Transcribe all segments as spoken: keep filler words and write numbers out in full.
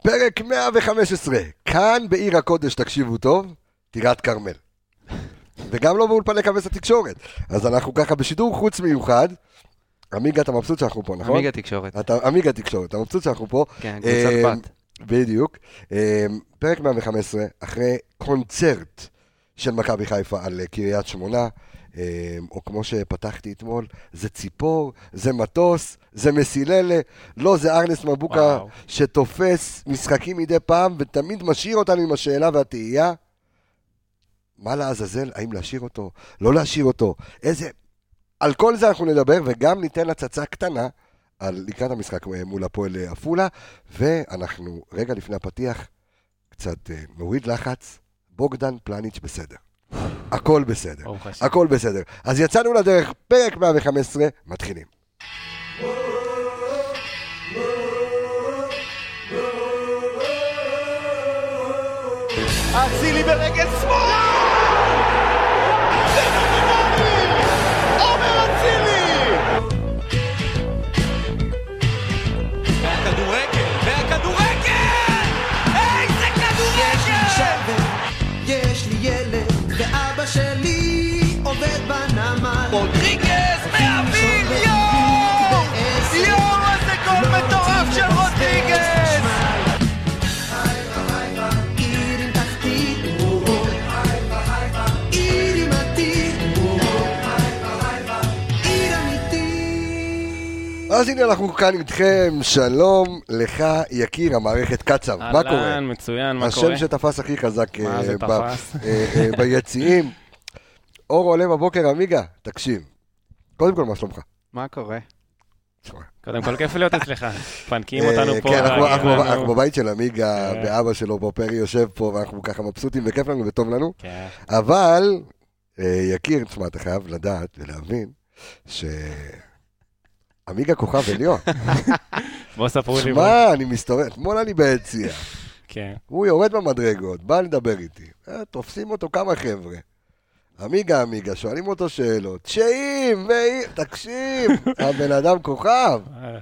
פרק מאה וחמש עשרה, כאן בעיר הקודש, תקשיבו טוב, טירת כרמל. וגם לא באולפני כבש התקשורת. אז אנחנו ככה בשידור חוץ מיוחד. עמיגה, אתה מבסוט שאנחנו פה, נכון? עמיגה תקשורת. אתה, עמיגה תקשורת, אתה מבסוט שאנחנו פה. כן, קבוצת בת. בדיוק. פרק מאה וחמש עשרה, אחרי קונצרט של מכבי חיפה על קריית שמונה, או כמו שפתחתי אתמול, זה ציפור, זה מטוס, זה מסיללה, לא, זה ארנס מבוקה וואו. שתופס משחקים מדי פעם, ותמיד משאיר אותנו עם השאלה והתהייה, מה לעזאזל, האם להשאיר אותו, לא להשאיר אותו, איזה, על כל זה אנחנו נדבר, וגם ניתן הצצה קטנה, על לקראת המשחק מול הפועל עפולה, ואנחנו רגע לפני הפתיח, קצת מוריד לחץ, בוגדן פלניץ' בסדר. הכל בסדר, הכל בסדר. אז יצאנו לדרך, פרק מאה וחמש עשרה, מתחילים. אצילי ברגל שמאל! זה נורמלי! עומר אצילי! והכדורגל, והכדורגל! איזה כדורגל! יש לי ילד ואבא שלי עובד בנמל רודריגז מהאוויר! יואו! יואו! איזה גול מטורף של רודריגז! עיר עם תחתית, עיר עם עתיד, עיר אמיתית. אז הנה אנחנו כאן איתכם, שלום לך יקיר המערכת קצב, מה קורה? אהלן, מצוין, מה קורה? השם שתפס הכי חזק מה זה תפס? ביציעים. אור עולה בבוקר, עמיגה, תקשיב. קודם כל, מה שלומך? מה קורה? קודם כל, כיף להיות אצלך. פנקים אותנו פה. כן, אנחנו בבית של עמיגה, באבא שלו, פה פרי יושב פה, ואנחנו ככה מבסוטים וכיף לנו וטוב לנו. אבל, יקיר, תשמע, אתה חייב לדעת ולהבין, ש... עמיגה כוכב עליון. בוא ספרו לי. שמע, אני מסתובב, אתמול אני ביציע. כן. הוא יורד במדרגות, בא לדבר איתי. תופסים אותו כמה חבר'ה. עמיגה, עמיגה, שואלים אותו שאלות. תשעים, תקשיב, הבן אדם כוכב.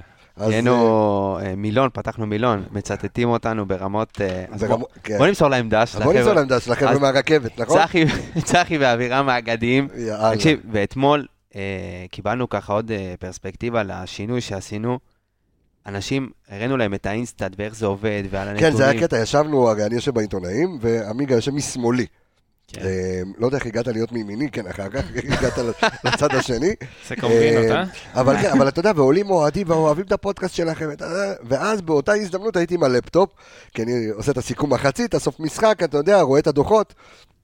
היינו מילון, פתחנו מילון, מצטטים אותנו ברמות... בוא נמסור להם דש. בוא נמסור להם דש, לחבר'ה מהרכבת, נכון? צחי ואווירם האגדיים. תקשיב, ואתמול... קיבלנו ככה עוד פרספקטיבה לשינוי שעשינו. אנשים, הראינו להם את האינסטאט ואיך זה עובד ועל הנתונים. כן, זה היה קטע, ישבנו, הרי אני יושב בעיתונאים, ועמיגה יושב משמאלי. לא יודע איך הגעת להיות מימיני, כן, אחר כך הגעת לצד השני. זה קומבינות, אה? אבל כן, אבל אתה יודע, ועולים אוהדים ואוהבים את הפודקאסט שלכם, ואז באותה הזדמנות הייתי עם הלפטופ, כי אני עושה את הסיכום החצית, הסוף משחק, אתה יודע, רואה את הדוחות.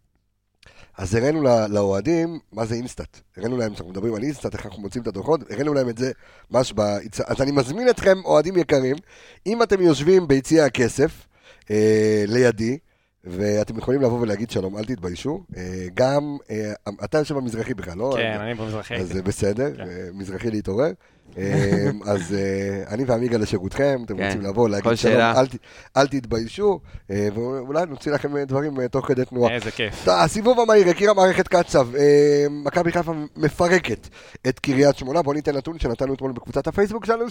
אז הראינו לאוהדים, מה זה אינסטאט? הראינו להם, אנחנו מדברים על אינסטאט, איך אנחנו מוצאים את הדוחות, הראינו להם את זה ממש ביציע. אז אני מזמין אתכם, אוהדים יקרים, אם אתם יושבים ביציע הכסף, אה, לידי, ואתם יכולים לבוא ולהגיד שלום, אל תתביישו, אה, גם, אה, אתה יושב במזרחי בכלל, לא? כן, אני במזרחי. אז זה בסדר, כן. מזרחי להתעורר. אז אני ועמיגה לשירותכם, אתם רוצים לבוא, להגיד שלום, אל תתביישו, ואולי נוציא לכם דברים תוך כדי תנועה. איזה כיף. הסיבוב המהיר, יקיר המערכת קצב, מכבי חיפה מפרקת את קריית שמונה, בואו ניתן נתון שנתנו אתמול בקבוצת הפייסבוק שלנו,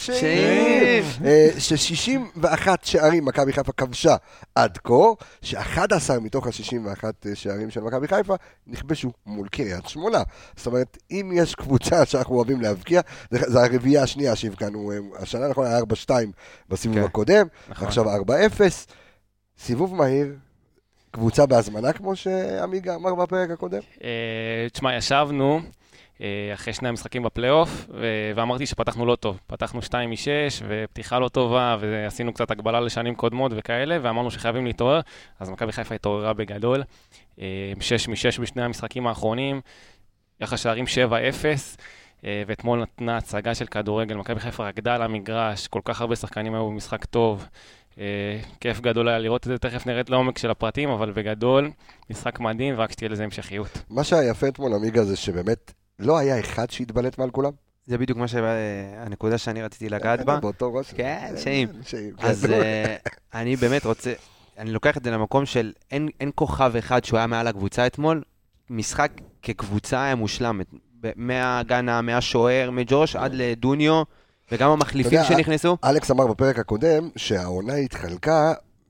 ש-שישים ואחת שערים מכבי חיפה כבשה עד כה, ש-אחד עשר מתוך ה-שישים ואחת שערים של מכבי חיפה נכבשו מול קריית שמונה. זאת אומרת, אם יש קבוצה שאנחנו אוהבים להבקיע, זה הרביעייה השנייה שהבקענו, השנה נכון היה ארבע שתיים בסיבוב הקודם, עכשיו ארבע אפס, סיבוב מהיר, קבוצה בהזמנה כמו שעמיגה אמר בפרק הקודם? תשמע, ישבנו אחרי שני המשחקים בפלייאוף, ואמרתי שפתחנו לא טוב, פתחנו שתיים משש, ופתיחה לא טובה, ועשינו קצת הגבלה לשנים קודמות וכאלה, ואמרנו שחייבים להתעורר, אז מכבי חיפה התעוררה בגדול, שש משש בשני המשחקים האחרונים, יחס שערים שבע אפס, ואתמול נתנה הצגה של כדורגל, מכבי חיפה רקדה על המגרש, כל כך הרבה שחקנים היו במשחק טוב, כיף גדול היה לראות את זה, תכף נראית לעומק של הפרטים, אבל בגדול, משחק מדהים, ורק שתהיה לזה המשכיות. מה שהיה יפה אתמול, עמיגה, זה שבאמת לא היה אחד שהתבלט מעל כולם? זה בדיוק מה שהנקודה שאני רציתי לגעת בה. באותו ראש. כן, שאים. אז אני באמת רוצה, אני לוקח את זה למקום של אין כוכב אחד שהוא היה מעל הקבוצה אתמול, משחק כקבוצה היה מושלם, מהגנה, מהשוער, מג'וש עד לדוניו, וגם המחליפים שנכנסו. אלכס אמר בפרק הקודם שהעונה התחלקה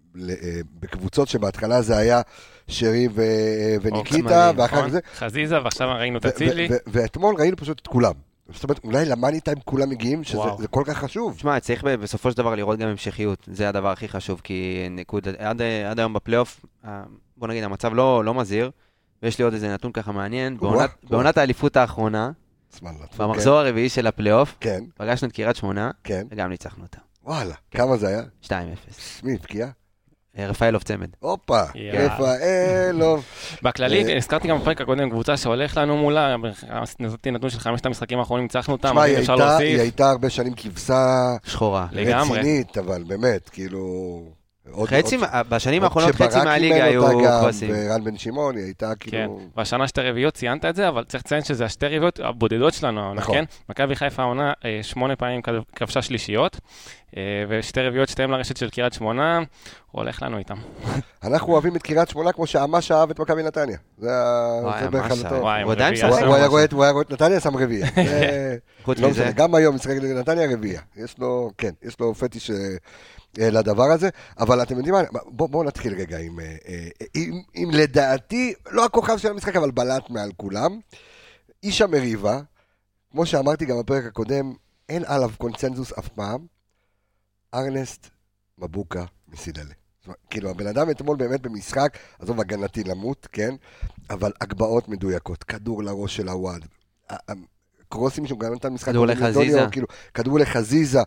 בקבוצות שבהתחלה זה היה שרי וניקיטה, ואחר זה... חזיזה, ועכשיו ראינו את אצילי. ואתמול ראינו פשוט את כולם. זאת אומרת, אולי למאני טיים כולם מגיעים, שזה כל כך חשוב. תשמע, צריך בסופו של דבר לראות גם המשכיות, זה הדבר הכי חשוב, כי עד היום בפלייאוף, בוא נגיד, המצב לא מזהיר, ויש לי עוד איזה נתון ככה מעניין, בעונת האליפות האחרונה, במחזור הרביעי של הפלייאוף, פגשנו את קריית שמונה, וגם ניצחנו אותה. וואלה, כמה זה היה? שתיים אפס. מי הבקיע? רפאלוב צמד. הופה, רפאלוב. בכללי, הזכרתי גם בפרק הקודם, קבוצה שהולך לנו מולה, נתתי נתון של חמשת המשחקים האחרונים, ניצחנו אותם, אפשר להוסיף. היא הייתה הרבה שנים כבשה רצינית, אבל באמת, כאילו... בשנים האחרונות חצי מהליגה היו כבשים. ורן בן שמעון, היא הייתה כאילו... והשנה שתי רביעיות, ציינת את זה, אבל צריך לציין שזה השתי רביעיות הבודדות שלנו, כן? מכבי חיפה העונה שמונה פעמים כבשה שלישיות, ושתי רביעיות שתיים לרשת של קריית שמונה, הולך לנו איתם. אנחנו אוהבים את קריית שמונה כמו שהמש אהב את מכבי נתניה. זה בערך הלטוב. הוא עדיין משחק. הוא היה רואה את נתניה, שם רביעיה. גם היום משחק נתניה רביעיה. יש לו, כן, יש לו פטיש לדבר הזה, אבל אתם יודעים מה, בואו נתחיל רגע עם, עם, עם לדעתי, לא הכוכב של המשחק, אבל בלט מעל כולם, איש המריבה, כמו שאמרתי גם בפרק הקודם, אין עליו קונצנזוס אף פעם, ארנסט מבוקה מסידלה. כאילו, הבן אדם אתמול באמת במשחק, עזוב הגנתי למות, כן? אבל הגבעות מדויקות, כדור לראש של הוואד, קרוסים שהוא גם נתן משחק, כדור לחזיזה. כאילו, כדור לחזיזה,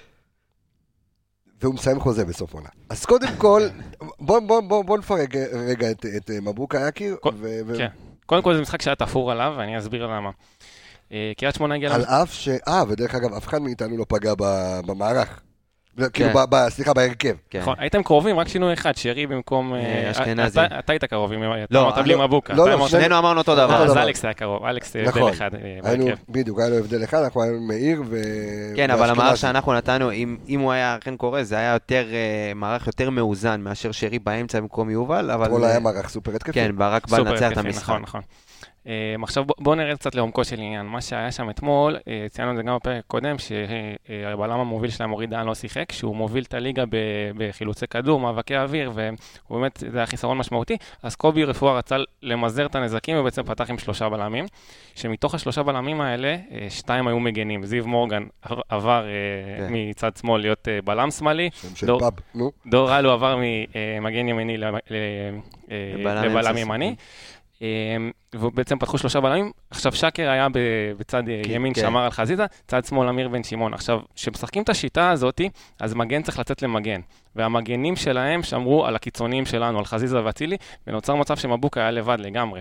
והוא מסיים חוזה בסוף עונה. אז קודם כל, בוא, בוא, בוא, בוא נפרק רגע את, את מבוקה יקיר. ו... כן. קודם כל זה משחק שהיה תפור עליו, ואני אסביר למה. קריית שמונה הגיעה... על אף ש... אה, ודרך אגב, אף אחד מאיתנו לא פגע במערך. כאילו, סליחה, בהרכב. נכון, הייתם קרובים, רק שינוי אחד, שרי במקום... אשכנזי. אתה היית קרוב, אתה אמרת בלי מבוקה. לא, שנינו אמרנו אותו דבר. אז אלכס היה קרוב, אלכס הבדל אחד בהרכב. בדיוק, היה לו הבדל אחד, אנחנו היינו מאיר ו... כן, אבל המערך שאנחנו נתנו, אם הוא היה אכן קורא, זה היה מערך יותר מאוזן מאשר שרי באמצע במקום יובל, אבל... כל היה מערך סופר התקפי. כן, ברק בא לנצח את המשחק. נכון, נכון. עכשיו בואו נרד קצת לעומקו של עניין. מה שהיה שם אתמול, ציינו את זה גם בפרק קודם, שהבלם המוביל שלהם אורי דהן לא שיחק, שהוא מוביל את הליגה בחילוצי כדור, מאבקי אוויר, ובאמת זה היה חיסרון משמעותי. אז קובי רפואה רצה למזער את הנזקים, ובעצם פתח עם שלושה בלמים, שמתוך השלושה בלמים האלה, שתיים היו מגנים. זיו מורגן עבר מצד שמאל להיות בלם שמאלי. דור אלו עבר ממגן ימני לבלם ימני. ובעצם פתחו שלושה בלמים, עכשיו שקר היה בצד ימין שמר על חזיזה, צד שמאל אמיר בן שמעון. עכשיו, כשמשחקים את השיטה הזאת, אז מגן צריך לצאת למגן, והמגנים שלהם שמרו על הקיצוניים שלנו, על חזיזה ואצילי, ונוצר מצב שמבוקה היה לבד לגמרי.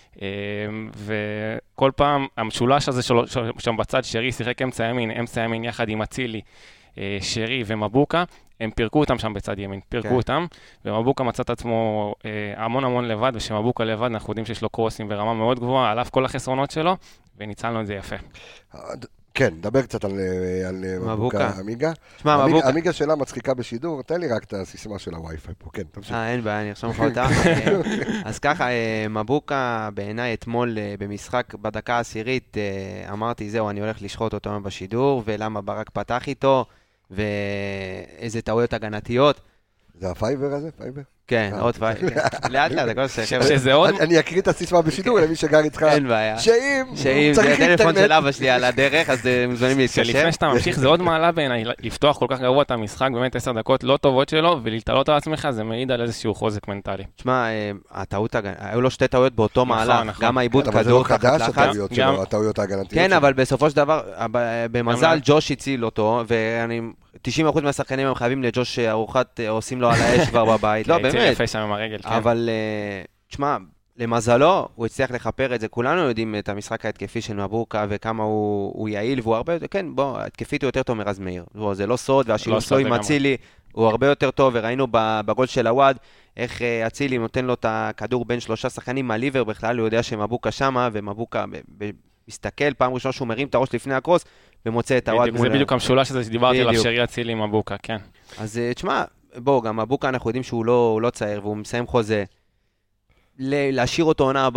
וכל פעם, המשולש הזה שם בצד, שרי שיחק אמצע ימין, אמצע ימין יחד עם אצילי, שרי ומבוקה, הם פירקו אותם שם בצד ימין, פירקו אותם, ומבוקה מצא את עצמו המון המון לבד, ושמבוקה לבד, אנחנו יודעים שיש לו קרוסים ברמה מאוד גבוהה, על אף כל החסרונות שלו, וניצלנו את זה יפה. כן, דבר קצת על מבוקה עמיגה. עמיגה שאלה מצחיקה בשידור, תן לי רק את הסיסמה של הווי-פיי פה, כן, תמשיך. אה, אין בעיה, אני ארשום לך אותה. אז ככה, מבוקה בעיניי אתמול במשחק בדקה העשירית, אמרתי, זהו, אני הולך לשחוט אותו בשידור, ולמה ברק פתח איתו, ואיזה טעויות הגנתיות. זה הפייבר הזה? פייבר? כן, עוד פייבר. לאט לאט, הכל שחרר. שזה עוד... אני אקריא את הסיסמה בשידור למי שגר איתך. אין בעיה. שאם שאם זה הטלפון של אבא שלי על הדרך, אז מוזמנים להתקשר. שלפני שאתה ממשיך, זה עוד מעלה בעיניי, לפתוח כל כך גרוע את המשחק, באמת עשר דקות לא טובות שלו, ולהתעלות על עצמך, זה מעיד על איזשהו חוזק מנטלי. תשמע, היו לו שתי טעויות באותו מהלך, גם העיבוד כדור, הטעויות ההגנתיות. כן, אבל בסופו של דבר, במזל ג'וש הציל אותו, ואני תשעים אחוז מהשחקנים הם חייבים לג'וש ארוחת, עושים לו על האש כבר בבית, לא באמת. אבל, תשמע, למזלו, הוא הצליח לחפר את זה, כולנו יודעים את המשחק ההתקפי של מבוקה, וכמה הוא יעיל, והוא הרבה יותר, כן, בוא, התקפית הוא יותר טוב מרז מאיר, זה לא סוד, והשילוב שלו עם אצילי, הוא הרבה יותר טוב, וראינו בגול של הוואד, איך אצילי נותן לו את הכדור בין שלושה שחקנים מהליבר, בכלל הוא יודע שמבוקה שמה, ומבוקה מסתכל, פעם ראשונה שהוא מרים את הראש לפני הקרוס, ומוצא את הוואד. זה בדיוק המשולש הזה שדיברתי עליו, שרי אצילי עם מבוקה, כן. אז תשמע, בוא, גם מבוקה אנחנו יודעים שהוא לא צעיר, והוא מסיים חוזה. להשאיר אותו עונה הבאה,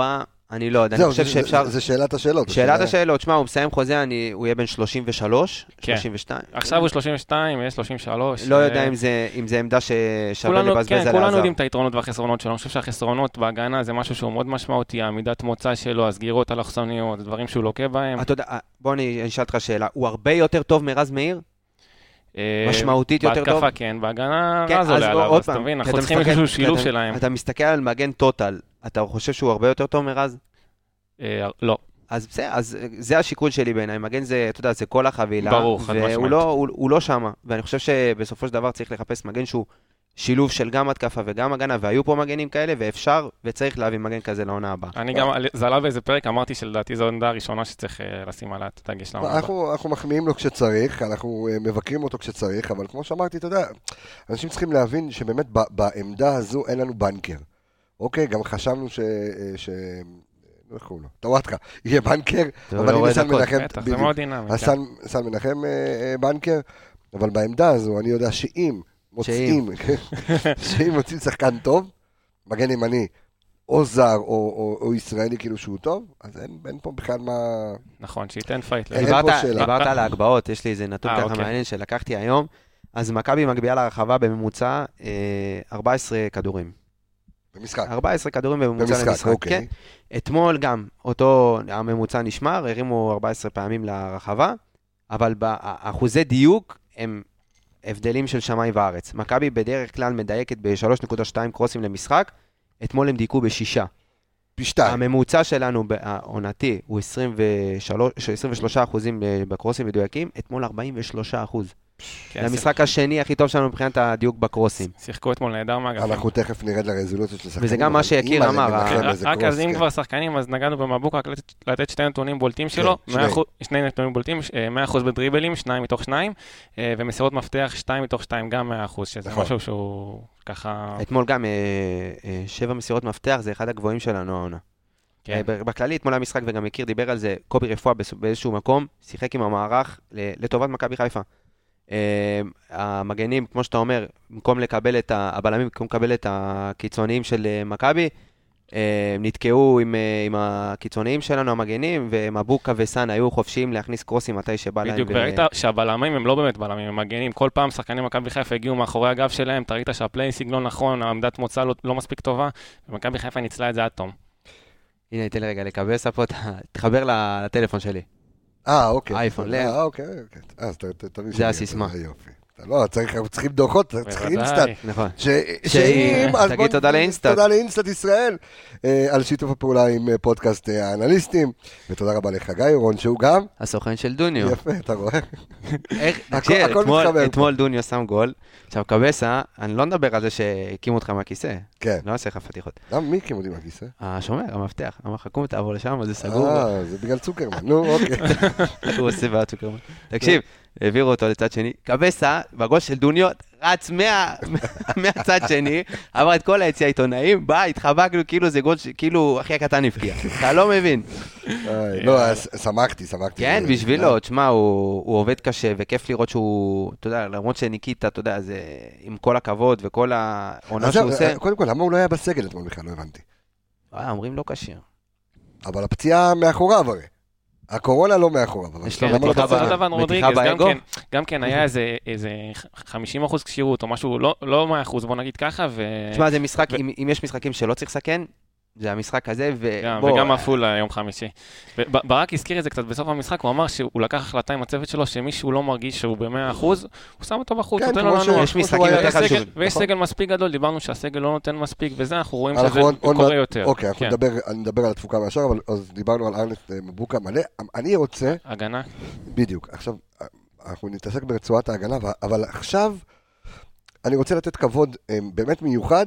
אני לא יודע, אני זהו, חושב זה- שאפשר... זה- זה שאלת השאלות. שאלת השאלה- השאלות, שמע, הוא מסיים חוזה, אני- הוא יהיה בן שלושים ושלוש, כן. שלושים ושתיים. עכשיו הוא שלושים ושתיים, יהיה שלושים ושלוש. לא אה, יודע אם זה- אם זה עמדה ששווה כולנו, לבזבז כן, עליה כולנו עזר. יודעים את היתרונות והחסרונות שלו. אני חושב שהחסרונות בהגנה זה משהו שהוא מאוד משמעותי, העמידת מוצא שלו, הסגירות אלכסוניות, דברים שהוא לוקה בהם. אתה יודע, בוא אני אשאל אותך שאלה, הוא הרבה יותר טוב מרז מאיר? אה, משמעותית יותר טוב? בהתקפה כן, בהגנה כן, רז עולה אז עליו, עוד אז אתה פעם, מבין, כי אנחנו אתה צריכים מסתכל- איזשהו כי שילוב אתה- שלהם. אתה מסתכל על מגן טוטל, אתה חושב שהוא הרבה יותר טוב מרז? אה, לא, אז בסדר, אז זה השיקול שלי בעיניי, מגן זה, אתה יודע, זה כל החבילה. ברור, חד והוא משמעית. לא, הוא, הוא לא שמה, ואני חושב שבסופו של דבר צריך לחפש מגן שהוא שילוב של גם התקפה וגם הגנה, והיו פה מגנים כאלה, ואפשר וצריך להביא מגן כזה לעונה הבאה. אני גם, זה עלה באיזה פרק, אמרתי שלדעתי זו העמדה הראשונה שצריך אה, לשים עליה את הדגש לעונה הבאה. אנחנו, אנחנו מחמיאים לו כשצריך, אנחנו אה, מבקרים אותו כשצריך, אבל כמו שאמרתי, אתה יודע, אנשים צריכים להבין שבאמת ב, בעמדה הזו אין לנו בנקר. אוקיי, גם חשבנו ש... אה, ש... לא איך קוראים לו? טוואטחה, יהיה בנקר, הוא אבל לא הנה רואה סן דקות. מנחם, בטח, זה בדיוק. מאוד דינמי. כן. הסן סן מנחם אה, אה, בנקר, אבל בעמדה הזו אני יודע שאם מוצאים, שאם מוצאים שחקן טוב, מגן ימני, או זר או, או, או ישראלי כאילו שהוא טוב, אז אין, אין פה בכלל מה... נכון, שייתן פייט. אין דיברת, פה שאלה. דיברת על ההגבהות, יש לי איזה נתון אה, ככה אוקיי. מעניין שלקחתי היום, אז מכבי מגביהה לרחבה בממוצע אה, ארבעה עשר כדורים. במשחק. ארבעה עשר כדורים בממוצע במשחק, למשחק, אוקיי. כן? אתמול גם אותו הממוצע נשמר, הרימו ארבע עשרה פעמים לרחבה, אבל באחוזי דיוק הם הבדלים של שמיים וארץ. מכבי בדרך כלל מדייקת ב-שלוש נקודה שתיים קרוסים למשחק, אתמול הם דייקו בשישה. פי שתיים. הממוצע שלנו העונתי הוא עשרים ושלושה אחוזים בקרוסים מדויקים, אתמול ארבעים ושלושה אחוז. כן, זה המשחק השני הכי טוב שלנו מבחינת הדיוק בקרוסים. שיחקו אתמול נהדר מהאגפים. אנחנו תכף נרד לרזולוציות של שחקנים. וזה גם מה אבל שיקיר אימא'לה, אמר, מנחם, רק איזה רק קרוס, אז אם כן. כבר שחקנים, אז נגענו במבוק רק לתת- לתת שני נתונים בולטים שלו, שני. מאה אחוז- שני נתונים בולטים, אה, מאה אחוז בדריבלים, שניים מתוך שניים, אה, ומסירות מפתח, שתיים מתוך שתיים, גם מאה אחוז, שזה נכון. משהו שהוא ככה... אתמול גם אה, אה, שבע מסירות מפתח, זה אחד הגבוהים שלנו העונה. כן. אה, בכללי, אתמול המשחק וגם יקיר דיבר על זה, קובי רפואה באיז- באיזשהו מקום, שיחק עם המערך ל- לטובת מכבי חיפה. אה, המגנים, כמו שאתה אומר, במקום לקבל את ה- הבלמים, במקום לקבל את הקיצוניים של אה, מכבי, אה, נתקעו עם, אה, עם הקיצוניים שלנו, המגנים, ומבוקה וסן היו חופשיים להכניס קרוסים מתי שבא להם. בדיוק, ו- וראית שהבלמים הם לא באמת בלמים, הם מגנים. כל פעם שחקנים מכבי חיפה הגיעו מאחורי הגב שלהם, אתה ראית שהפלייסיג לא נכון, העמדת מוצא לא- לא מספיק טובה, ומכבי חיפה ניצלה את זה עד תום. הנה, ניתן לי רגע לקבס פה, ת- תחבר לטלפון שלי. אה, אוקיי. אייפון, אה, אוקיי, אוקיי. אז ת- ת- תביא זה שלי, הסיסמה. אה, יופי. לא, צריך, אנחנו צריכים דוחות, צריכים אינסטנט. בוודאי. נכון. ש- שאם, אז תגיד בוא- תודה לאינסטנט. תודה לאינסטנט ישראל, אה, על שיתוף הפעולה עם אה, פודקאסט אה, האנליסטים, ותודה רבה לחגי אורון, שהוא גם, הסוכן של דוניו. יפה, אתה רואה? איך, הכל- תקשיב, הכל אתמול- מתחבר פה. אתמול דוניו שם גול. עכשיו, קבסה, אני לא מדבר על זה שהקימו אותך מהכיסא. כן. לא עושה לך פתיחות. למה מי הקים אותי מהכיסא? השומר, המפתח. אמר לך, קום, תעבור לשם, זה סגור. אה, זה בגלל צוקרמן, נו, אוקיי. הוא עושה בעד צוקרמן. תקשיב, העבירו אותו לצד שני. קבסה, בגול של דוניו, רץ מה- מהצד שני, עבר את כל היציע העיתונאים, בא, התחבקנו, כאילו זה גול, ש- כאילו אחי הקטן הבקיע. אתה לא מבין. איי, לא, אז שמחתי, שמחתי. כן, זה- בשבילו, תשמע, הוא הוא עובד קשה, וכיף לראות שהוא, אתה יודע, למרות שניקיטה, אתה יודע, זה עם כל הכבוד וכל העונה אז שהוא זהו, עושה, קודם כל, למה הוא לא היה בסגל אתמול בכלל? לא הבנתי. אה, אומרים לא כשיר. אבל הפציעה מאחוריו הרי. הקורונה לא מאחוריו. אבל יש לו למה לא מתיחה בסגל? ב- אותו דבר מתיחה רודריגז, גם באגו? כן, גם כן היה איזה, איזה חמישים אחוז כשירות או משהו, לא, לא מאה אחוז, בוא נגיד ככה, ו... תשמע, זה משחק, ו- אם אם יש משחקים שלא צריך לסכן, זה המשחק הזה, גם, ובוא, וגם עפולה יום חמישי. ב- ברק הזכיר את זה קצת בסוף המשחק, הוא אמר שהוא לקח החלטה עם הצוות שלו, שמישהו לא מרגיש שהוא ב-מאה אחוז, הוא שם אותו בחוץ, כן, נותן לו כמו ש- לנוע. יש כמו משחקים שהוא היה- יותר ויש חשובים. סגל- ויש נכון. סגל מספיק גדול, דיברנו שהסגל לא נותן מספיק, וזה אנחנו רואים אנחנו שזה עוד- עוד קורה מעט- יותר. אוקיי, אנחנו כן. נדבר, אני נדבר על התפוקה מהשאר, אבל אז דיברנו על ארנסט מבוקה מלא. אני רוצה, הגנה. בדיוק, עכשיו, אנחנו נתעסק ברצועת ההגנה, אבל עכשיו אני רוצה לתת כבוד אה, באמת מיוחד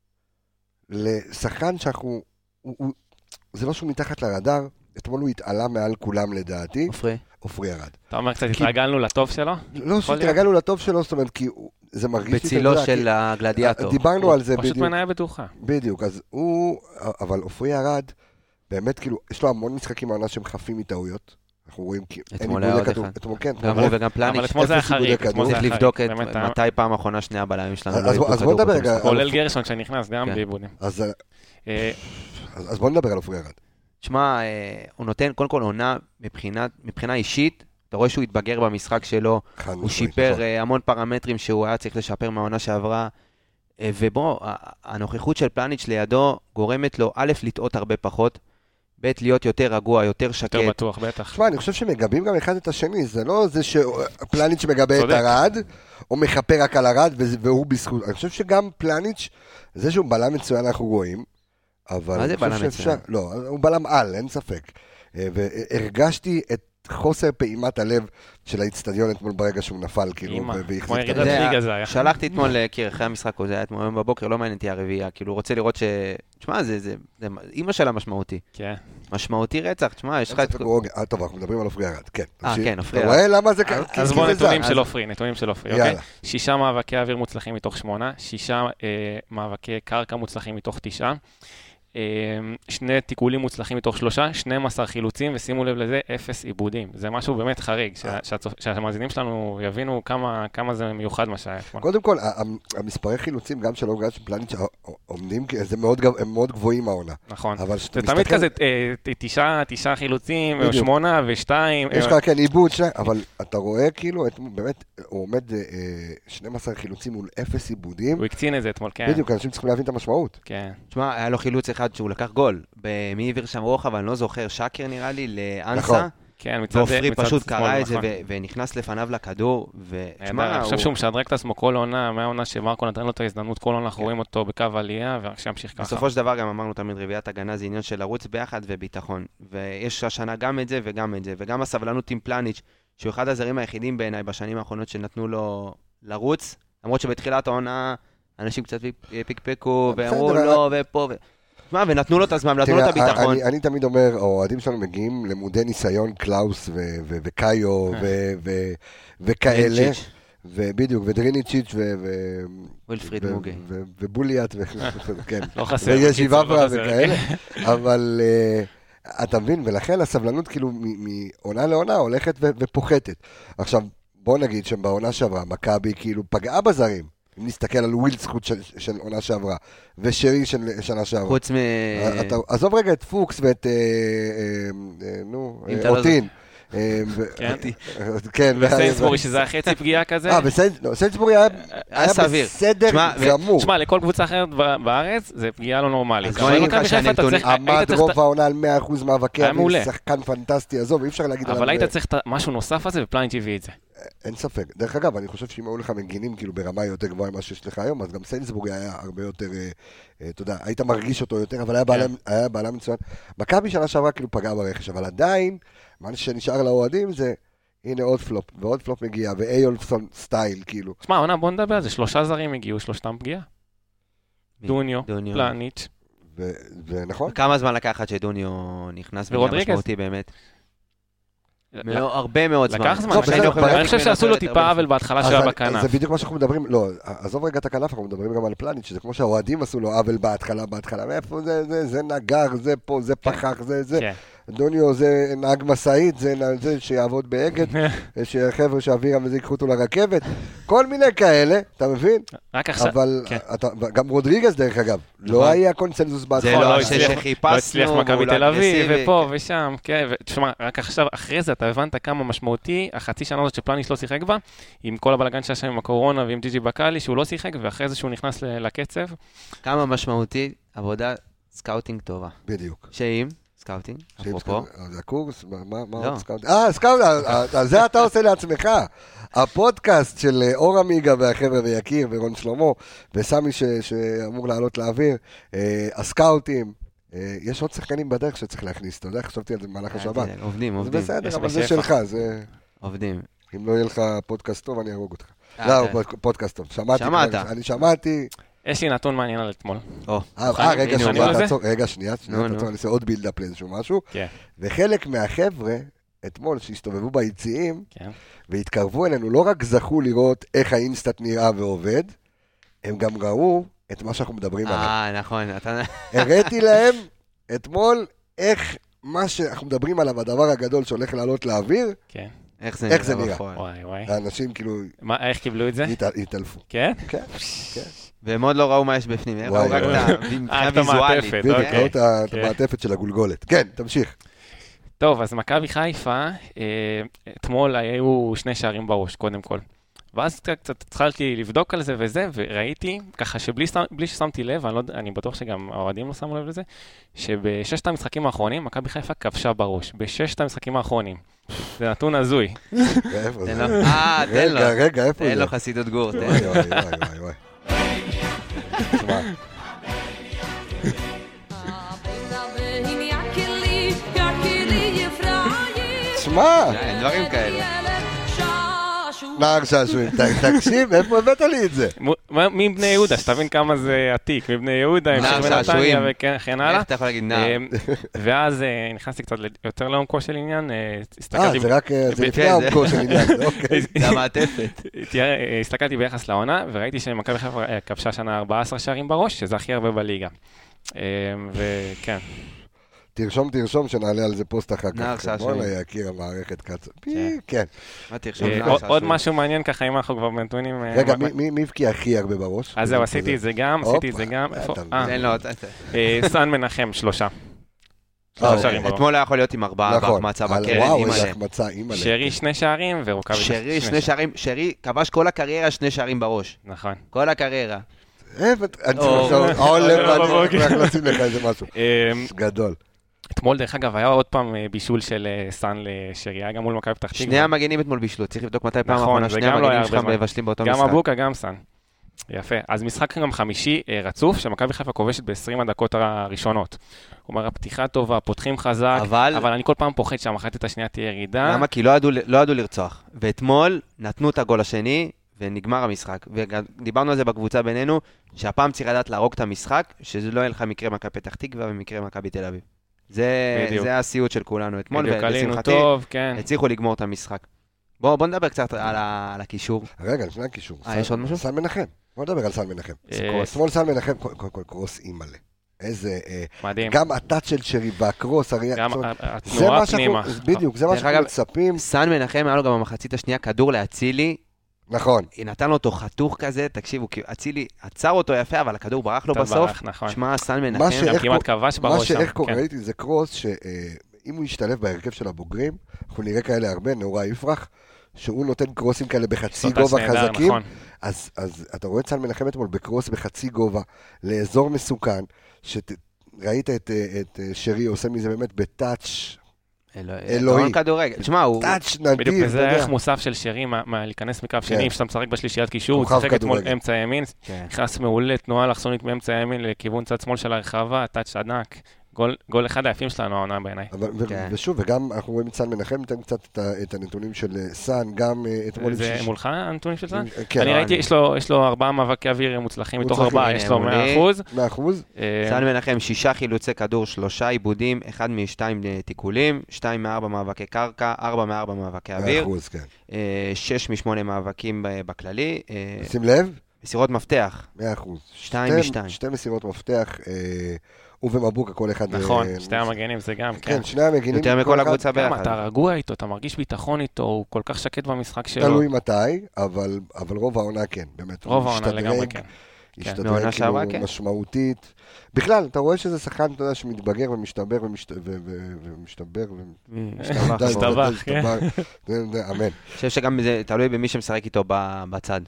לשחקן שאנחנו, הוא- הוא- זה לא שהוא מתחת לרדאר, אתמול הוא התעלה מעל כולם לדעתי, עופרי. עופרי ירד. אתה אומר קצת כי- התרגלנו לטוב שלו? לא יכול להיות. שהתרגלנו לטוב שלו, זאת אומרת, כי הוא- זה מרגיש לי... אתה בצילו יודע, של כי- הגלדיאטור. דיברנו על זה פשוט בדיוק. מניה בטוחה. בדיוק, אז הוא, אבל עופרי ירד, באמת כאילו, יש לו המון משחקים העונה שהם חפים מטעויות. אנחנו רואים כי אין אתמול איבודי היה עוד כדור. אחד. אתמול כן. גם אבל- הוא וגם פלניץ'. אבל אתמול זה היה אפס איבודי חריג, כדור. אתמול זה צריך היה לבדוק חריג, את באמת, מתי פעם האחרונה שני הבלמים שלנו אז- לא אז- איבדו אז בוא כדור נדבר באותו רגע. משחק. כולל גרשון שנכנס גם כן. בעיבודים. אז, אה, אז, אז בוא נדבר על עופרי ירד. תשמע, הוא נותן, קודם כל עונה מבחינה, מבחינה אישית, אתה רואה שהוא התבגר במשחק שלו, הוא שיפר המון פרמטרים שהוא היה צריך לשפר מהעונה שעברה, ובוא, הנוכחות של פלניץ' לידו גורמת לו, א', לטעות הרבה פחות, ב', להיות יותר רגוע, יותר שקט. יותר בטוח, בטח. תשמע, אני חושב שמגבים גם אחד את השני, זה לא זה שפלניץ' מגבה את הרד, או מחפה רק על הרד, והוא בזכות. אני חושב שגם פלניץ', זה שהוא בלם מצוין אנחנו רואים, אבל... מה זה בלם מצוין? לא, הוא בלם על, אין ספק. והרגשתי את חוסר פעימת הלב של האצטדיון אתמול ברגע שהוא נפל, כאילו, כמו ירידת ליגה זה היה. שלחתי אתמול לקיר אחרי המשחק, זה היה אתמול היום בבוקר, לא מעניין אותי הרביעייה, כאילו, רוצה לראות ש... תשמע, זה אימא שלה משמעותי. כן. משמעותי רצח, תשמע, יש לך... טוב, אנחנו מדברים על עופרי ארד, כן. אה, כן, עופרי ארד. אתה רואה למה זה... אז בוא נתונים של עופרי, נתונים של עופרי, אוקיי? שישה מאבקי אוויר מוצלחים מתוך שמונה, שישה מאבקי קרקע מוצלחים מתוך תשעה. שני תיקולים מוצלחים מתוך שלושה, שנים עשר חילוצים, ושימו לב לזה, אפס עיבודים. זה משהו באמת חריג, שהמאזינים שלנו יבינו כמה זה מיוחד מה שהיה. קודם כל, המספרי חילוצים, גם של אורגד פלניץ' עומדים, הם מאוד גבוהים העונה. נכון. זה תמיד כזה תשעה חילוצים, שמונה ושתיים. יש לך כן עיבוד, אבל אתה רואה כאילו, באמת, הוא עומד שנים עשר חילוצים מול אפס עיבודים. הוא הקצין את זה אתמול, כן. בדיוק, אנשים צריכים להבין את המשמעות. כן. תשמע, היה לו חילוץ אחד שהוא לקח גול, מי העביר שם רוחב, אני לא זוכר, שקר נראה לי, לאנסה, נכון. כן, מצד ואופרי פשוט קרא את זה, ונכנס לפניו לכדור, ותשמע, אני חושב שהוא משדרג את עצמו כל עונה, מהעונה שמרקו נתן לו את ההזדמנות, כל עונה אנחנו רואים אותו בקו עלייה, ועכשיו ככה. בסופו של דבר גם אמרנו תמיד, רביעיית הגנה זה עניין של לרוץ ביחד וביטחון, ויש השנה גם את זה וגם את זה, וגם הסבלנות עם פלניץ', שהוא אחד הזרים היחידים בעיניי בשנים האחרונות שנתנו לו לרוץ, למרות שבתחילת העונה אנשים קצת פיקפקו, ואמרו לא, ופה, מה, ונתנו לו את הזמן, נתנו לו את הביטחון. אני, אני תמיד אומר, האוהדים שלנו מגיעים למודי ניסיון, קלאוס ו- ו- וקאיו ו- ו- וכאלה. ובדיוק, ודריניצ'יץ' ו... וילפריד מוגה. ובוליאט, כן. לא חסר. וישיבה וכאלה. אבל אתה מבין, ולכן הסבלנות כאילו מעונה לעונה הולכת ופוחתת. עכשיו, בוא נגיד שבעונה שעברה, מכבי כאילו פגעה בזרים. אם נסתכל על ווילדסקוט של, של עונה שעברה, ושרי של שנה שעברה. חוץ מ... אתה, עזוב רגע את פוקס ואת, אה, אה, אה, נו, אה, אותין. כן. וסיינסבורי שזה היה חצי פגיעה כזה. אה, וסיינסבורי היה בסדר גמור. תשמע, לכל קבוצה אחרת בארץ, זה פגיעה לא נורמלית. עמד רוב העונה על מאה אחוז מאבקי, שחקן פנטסטי, עזוב, אי אפשר להגיד... אבל היית צריך משהו נוסף על זה, ופלניץ' הביא את זה. אין ספק. דרך אגב, אני חושב שאם היו לך מגינים כאילו ברמה יותר גבוהה ממה שיש לך היום, אז גם סיינסבורי היה הרבה יותר, אתה יודע, היית מרגיש אותו יותר, אבל היה בעלה מצוין. מכבי שנה שעברה כאילו פגעה ברכש, אבל עדיין, מה שנשאר לאוהדים זה, הנה עוד פלופ, ועוד פלופ מגיע, ואיולפסון סטייל, כאילו. תשמע, עונה, בוא נדבר על זה, שלושה זרים הגיעו, שלושתם פגיעה. דוניו, פלניץ'. ונכון? כמה זמן לקחת שדוניו נכנס ונהיה משמעותי באמת? הרבה מאוד זמן. לקח זמן. אני חושב שעשו לו טיפה עוול בהתחלה שהיה בכנף. זה בדיוק מה שאנחנו מדברים, לא, עזוב רגע את הכנף, אנחנו מדברים גם על פלניץ', שזה כמו שהאוהדים עשו לו עוול בהתחלה, בהתחלה, מאיפה זה, זה, זה נגר, זה פה, זה פחח, זה, זה. דוניו זה נהג מסעית, זה שיעבוד באגד, שחבר'ה שאווירם וזה ייקחו אותו לרכבת, כל מיני כאלה, אתה מבין? רק עכשיו. אבל גם רודריגז דרך אגב, לא היה קונצנזוס בהתחלה. זה לא שחיפשנו. לא הצליח מכבי תל אביב, ופה ושם, כן, ותשמע, רק עכשיו, אחרי זה אתה הבנת כמה משמעותי, החצי שנה הזאת שפלניץ' לא שיחק בה, עם כל הבלגן שהיה שם עם הקורונה ועם ג'י ג'י בקאלי, שהוא לא שיחק, ואחרי זה שהוא נכנס לקצב. כמה משמעותי, עבודה סקאוטינג טובה. בדיוק. שאם? סקאוטינג, אפרופו. זה הקורס, מה עוד סקאוטינג? אה, סקאוטינג, זה אתה עושה לעצמך. הפודקאסט של אור עמיגה והחבר'ה ויקיר ורון שלמה, וסמי שאמור לעלות לאוויר, הסקאוטים, יש עוד שחקנים בדרך שצריך להכניס, אתה יודע, חשבתי על זה במהלך השבת. עובדים, עובדים. זה בסדר, אבל זה שלך, זה... עובדים. אם לא יהיה לך פודקאסט טוב, אני ארוג אותך. לא, פודקאסט טוב, שמעתי. שמעת. אני שמעתי... יש לי נתון מעניין על אתמול. אה, רגע, שנייה, רגע, שנייה, אני אעשה עוד בילדאפ לאיזשהו משהו. וחלק מהחבר'ה, אתמול, שהסתובבו ביציעים, והתקרבו אלינו, לא רק זכו לראות איך האינסטאט נראה ועובד, הם גם ראו את מה שאנחנו מדברים עליו. אה, נכון. הראיתי להם אתמול איך מה שאנחנו מדברים עליו, הדבר הגדול שהולך לעלות לאוויר, כן. איך זה נראה? וואי, וואי. האנשים כאילו... איך קיבלו את זה? התעלפו. כן? כן, כן. והם עוד לא ראו מה יש בפנים, הם ראו רק את הוויזואלית. בדיוק, ראו את המעטפת של הגולגולת. כן, תמשיך. טוב, אז מכבי חיפה, אתמול היו שני שערים בראש, קודם כל. ואז קצת התחלתי לבדוק על זה וזה, וראיתי, ככה שבלי ששמתי לב, אני, לא, אני בטוח שגם האוהדים לא שמו לב לזה, שבששת המשחקים האחרונים, מכבי חיפה כבשה בראש, בששת המשחקים האחרונים. זה נתון הזוי. איפה זה? אה, תן לו. רגע, רגע, איפה זה? תן לו חסידות גור, תן. וואי, וואי, וואי, וואי. תשמע. תשמע. אין דברים כאלה. נער שעשועים, תקשיב, איפה הבאת לי את זה? מבני יהודה, שתבין כמה זה עתיק, מבני יהודה, נער שעשועים, וכן הלאה. איך אתה יכול להגיד נער? ואז נכנסתי קצת יותר לעומקו של עניין, אה, זה רק, זה לפני העומקו של עניין, אוקיי. זה המעטפת. הסתכלתי ביחס לעונה, וראיתי שמכבי חיפה כבשה שנה ארבעה עשר שערים בראש, שזה הכי הרבה בליגה. וכן. תרשום, תרשום, שנעלה על זה פוסט אחר כך. נער שעשועים. בוא להכיר המערכת קצת. כן. מה תרשום? נער שעשועים. עוד משהו מעניין ככה, אם אנחנו כבר בנתונים... רגע, מי הבקיע הכי הרבה בראש? אז זהו, עשיתי את זה גם, עשיתי את זה גם. אין לו, סן מנחם, שלושה. שלושה שערים בראש. אתמול היה יכול להיות עם ארבעה בהחמצה בקרן. וואו, איזה החמצה, אימא'לה. שרי שני שערים ורוקאבי שרי שני שערים, שרי כבש כל הקריירה שני שערים בראש. נכון. כל הקריירה. אני צריך לשים לך איזה משהו. גדול. אתמול, דרך אגב, היה עוד פעם בישול של סן לשרי, היה גם מול מכבי פתח תקווה. שני המגנים אתמול בישלו, צריך לבדוק מתי פעם האחרונה, שני המגנים שלך מבשלים באותו משחק. גם אבוקה, גם סן. יפה. אז משחק גם חמישי רצוף, שמכבי חיפה כובשת ב-עשרים הדקות הראשונות. כלומר, הפתיחה טובה, פותחים חזק, אבל אני כל פעם פוחד שהמחצית השנייה תהיה ירידה. למה? כי לא ידעו לרצוח. ואתמול נתנו את הגול השני, ונגמר המשחק. ודיברנו על זה בקבוצה בינינו, שהפעם צריך לדעת להרוג את המשחק, שזה לא יהיה לך מקרה מכבי פתח תקווה ומקרה מכבי תל אביב. זה, זה הסיוט של כולנו אתמול, ולשמחתי כן. הצליחו לגמור את המשחק. בוא, בוא נדבר קצת על, ה, על הקישור. רגע, לפני הקישור. אה, יש עוד משהו? סן מנחם. בוא נדבר על סן מנחם. שמאל סן מנחם, קודם כל קרוס אימא'לה. איזה... מדהים. גם הטאץ' של שרי והקרוס, גם התנועה פנימה. בדיוק, זה מה שאנחנו מצפים. סן מנחם היה לו גם במחצית השנייה כדור להצילי. נכון. נתן לו אותו חתוך כזה, תקשיבו, אצילי עצר אותו יפה, אבל הכדור ברח לו בסוף. שמע, סן מנחם. גם כמעט כבש בראש. מה שאיך קורה, ראיתי, זה קרוס, שאם הוא ישתלב בהרכב של הבוגרים, אנחנו נראה כאלה הרבה, נאורה יפרח, שהוא נותן קרוסים כאלה בחצי גובה חזקים, אז אתה רואה את סן מנחם אתמול בקרוס בחצי גובה, לאזור מסוכן, שראית את שרי עושה מזה באמת בטאץ' אלוהי. תשמע, הוא... טאץ' נדיר. בדיוק, וזה ערך מוסף של שרי, להיכנס מקו שני, שאתה משחק בשלישיית קישור, הוא צחק אתמול אמצע ימין, נכנס מעולה, תנועה לחסונית מאמצע ימין לכיוון צד שמאל של הרחבה, טאץ' ענק. גול אחד היפים שלנו, העונה בעיניי. ושוב, וגם אנחנו רואים את סן מנחם, ניתן קצת את הנתונים של סן, גם אתמול... זה מולך הנתונים של סן? אני ראיתי, יש לו ארבעה מאבקי אוויר מוצלחים, מתוך ארבעה, יש לו מאה אחוז. מאה אחוז. סן מנחם, שישה חילוצי כדור, שלושה עיבודים, אחד משתיים תיקולים, שתיים מארבע מאבקי קרקע, ארבע מארבע מאבקי אוויר. מאה אחוז, כן. שש משמונה מאבקים בכללי. שים לב. מסירות מפתח. מאה אחוז. שתיים משתיים. שתי מסירות מפתח. הוא ומבוקה כל אחד... נכון, שתי המגנים זה גם, כן. כן, שני המגנים... יותר מכל הקבוצה ביחד. אתה רגוע איתו, אתה מרגיש ביטחון איתו, הוא כל כך שקט במשחק שלו. תלוי מתי, אבל רוב העונה כן, באמת. רוב העונה לגמרי כן. השתדרג כאילו משמעותית. בכלל, אתה רואה שזה שחקן, אתה יודע, שמתבגר ומשתבר ומשתבר. משתבח, כן. אמן. אני חושב שגם זה תלוי במי שמשחק איתו בצד.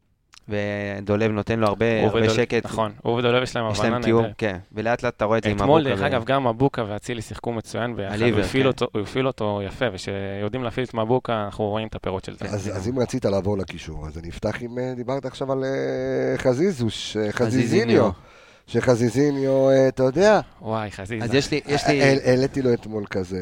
ודולב נותן לו הרבה שקט. נכון, הוא ודולב יש להם הבנה נהדר. כן, ולאט לאט אתה רואה את זה עם אבוקה. אתמול, דרך אגב, גם אבוקה ואצילי שיחקו מצוין ביחד, הוא הפעיל אותו יפה, ושיודעים להפעיל את אבוקה, אנחנו רואים את הפירות של זה. אז אם רצית לעבור לקישור, אז אני אפתח עם, דיברת עכשיו על חזיזוס, חזיזיניו. שחזיזיניו, אתה יודע. וואי, חזיז. אז יש לי, יש לי... העליתי לו אתמול כזה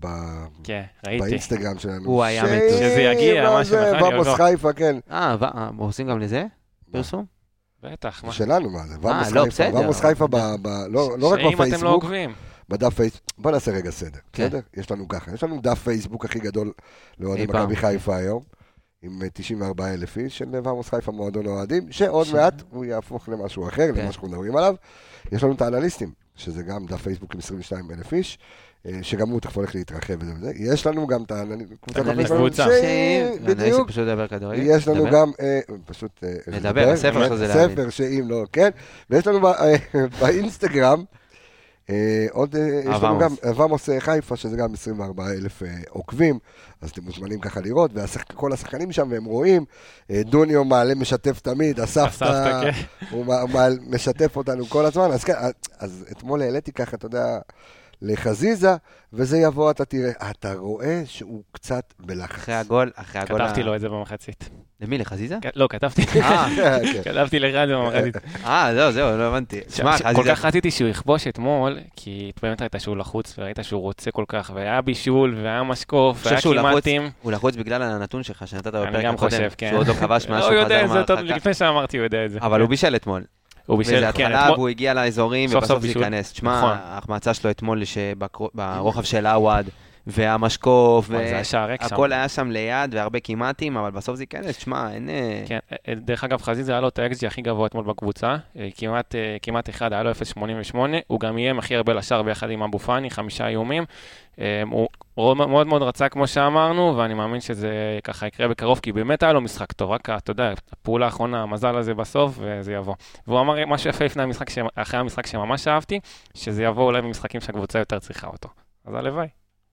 באינסטגרם שלנו. הוא היה מטוס. שזה יגיע, מה שמחר יבוא. ועמוס חיפה, כן. אה, עושים גם לזה? פרסום? בטח. שלנו, מה זה? אה, לא, בסדר. ועמוס חיפה, לא רק בפייסבוק. שאם אתם לא עוקבים. בדף פייסבוק, בוא נעשה רגע סדר, בסדר? יש לנו ככה, יש לנו דף פייסבוק הכי גדול לאוהדי מכבי חיפה היום. עם תשעים וארבעה אלף איש של ועמוס חיפה מועדון אוהדים, שעוד מעט הוא יהפוך למשהו אחר, למה שאנחנו מדברים עליו. יש לנו את האנליסטים, שזה גם דף פייסבוק עם עשרים ושניים אלף איש, שגם הוא תכף הולך להתרחב וזה וזה. יש לנו גם את קבוצה. בדיוק. פשוט לדבר כדורגל. יש לנו גם, פשוט... לדבר, הספר שלו זה להאמין. ספר שאם לא, כן. ויש לנו באינסטגרם, עוד יש לנו גם ועמוס חיפה, שזה גם עשרים וארבעה אלף עוקבים, אז אתם מוזמנים ככה לראות, וכל השחקנים שם, והם רואים, דוניו מעלה משתף תמיד, הסבתא, הוא משתף אותנו כל הזמן, אז כן, אז אתמול העליתי ככה, אתה יודע, לחזיזה, וזה יבוא, אתה תראה, אתה רואה שהוא קצת בלחץ. אחרי הגול, אחרי הגול... כתבתי לו את זה במחצית. למי, לחזיזה? לא, כתבתי. כתבתי לרדיו במחצית. אה, זהו, זהו, לא הבנתי. כל כך רציתי שהוא יכבוש אתמול, כי באמת ראית שהוא לחוץ, וראית שהוא רוצה כל כך, והיה בישול, והיה משקוף, והיה כמעטים. הוא לחוץ בגלל הנתון שלך, שנתת בפרק הקודם. אני גם חושב, כן. שהוא עוד לא כבש משהו, הוא יודע את זה, לפני שאמרתי הוא יודע את זה. אבל הוא בישל אתמול. הוא בישל, כן. והוא הגיע לאזורים, ובסוף זה ייכנס. תשמע, ההחמצה שלו אתמול ברוחב של עווד, והמשקוף, והכל היה שם ליד, והרבה כמעטים, אבל בסוף זה ייכנס, תשמע, אין... כן, דרך אגב, חזיזה היה לו את האקס ג'י הכי גבוה אתמול בקבוצה, כמעט אחד, היה לו אפס נקודה שמונים ושמונה, הוא גם יהיה הכי הרבה לשער ביחד עם אבו פאני, חמישה איומים, הוא מאוד מאוד רצה כמו שאמרנו, ואני מאמין שזה ככה יקרה בקרוב, כי באמת היה לו משחק טוב, רק אתה יודע, הפעולה האחרונה, המזל הזה בסוף, וזה יבוא. והוא אמר משהו יפה לפני המשחק, אחרי המשחק שממש אהבתי, שזה יבוא אולי במשחקים שהקבוצה יותר צריכה אותו. אז הלוואי.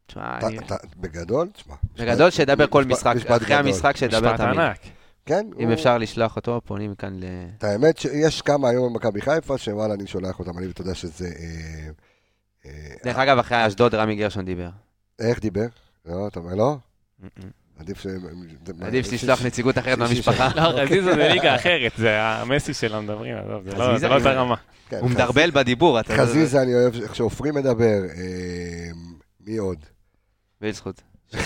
בגדול, תשמע. בגדול שידבר כל משחק, אחרי המשחק שידבר תמיד. כן. אם אפשר לשלוח אותו, פונים מכאן ל... את האמת שיש כמה היום במכבי חיפה, שוואלה אני שולח אותם, אני תודה שזה... דרך אגב, אחרי אשדוד רמי גרשון דיבר. איך דיבר? לא, אתה אומר לא? עדיף ש... עדיף שישלח נציגות אחרת מהמשפחה. לא, חזיזה זה ליגה אחרת, זה המסי שלו מדברים, זה לא את הרמה. הוא מדרבל בדיבור. חזיזה, אני אוהב איך שאופרים מדבר, מי עוד? בלזכות.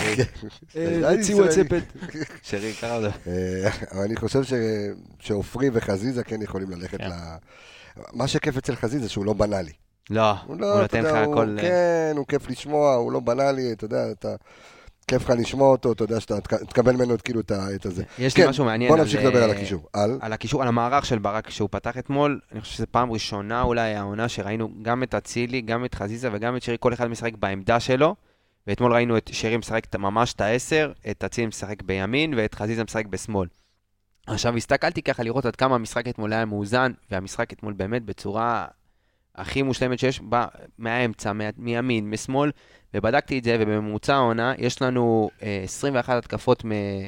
הציעו הצפת. שרי, קרא אותו. אבל אני חושב שאופרי וחזיזה כן יכולים ללכת ל... מה שכיף אצל חזיזה שהוא לא בנאלי. לא, הוא נותן לך הכל... כן, הוא כיף לשמוע, הוא לא בנאלי, אתה יודע, אתה... כיף לך לשמוע אותו, אתה יודע שאתה תקבל ממנו כאילו את הזה. יש לי משהו מעניין. בוא נמשיך לדבר על הקישור. על הקישור, על המערך של ברק שהוא פתח אתמול, אני חושב שזו פעם ראשונה אולי העונה שראינו גם את אצילי, גם את חזיזה וגם את שרי, כל אחד משחק בעמדה שלו, ואתמול ראינו את שרי משחק ממש את העשר, את אצילי משחק בימין ואת חזיזה משחק בשמאל. עכשיו הסתכלתי ככה לראות עד כמה המשחק אתמול היה מאוזן, והמשחק אתמול באמת בצורה הכי מושלמת שיש, מהאמצע, מימין, משמאל, ובדקתי את זה, ובממוצע העונה יש לנו עשרים ואחת התקפות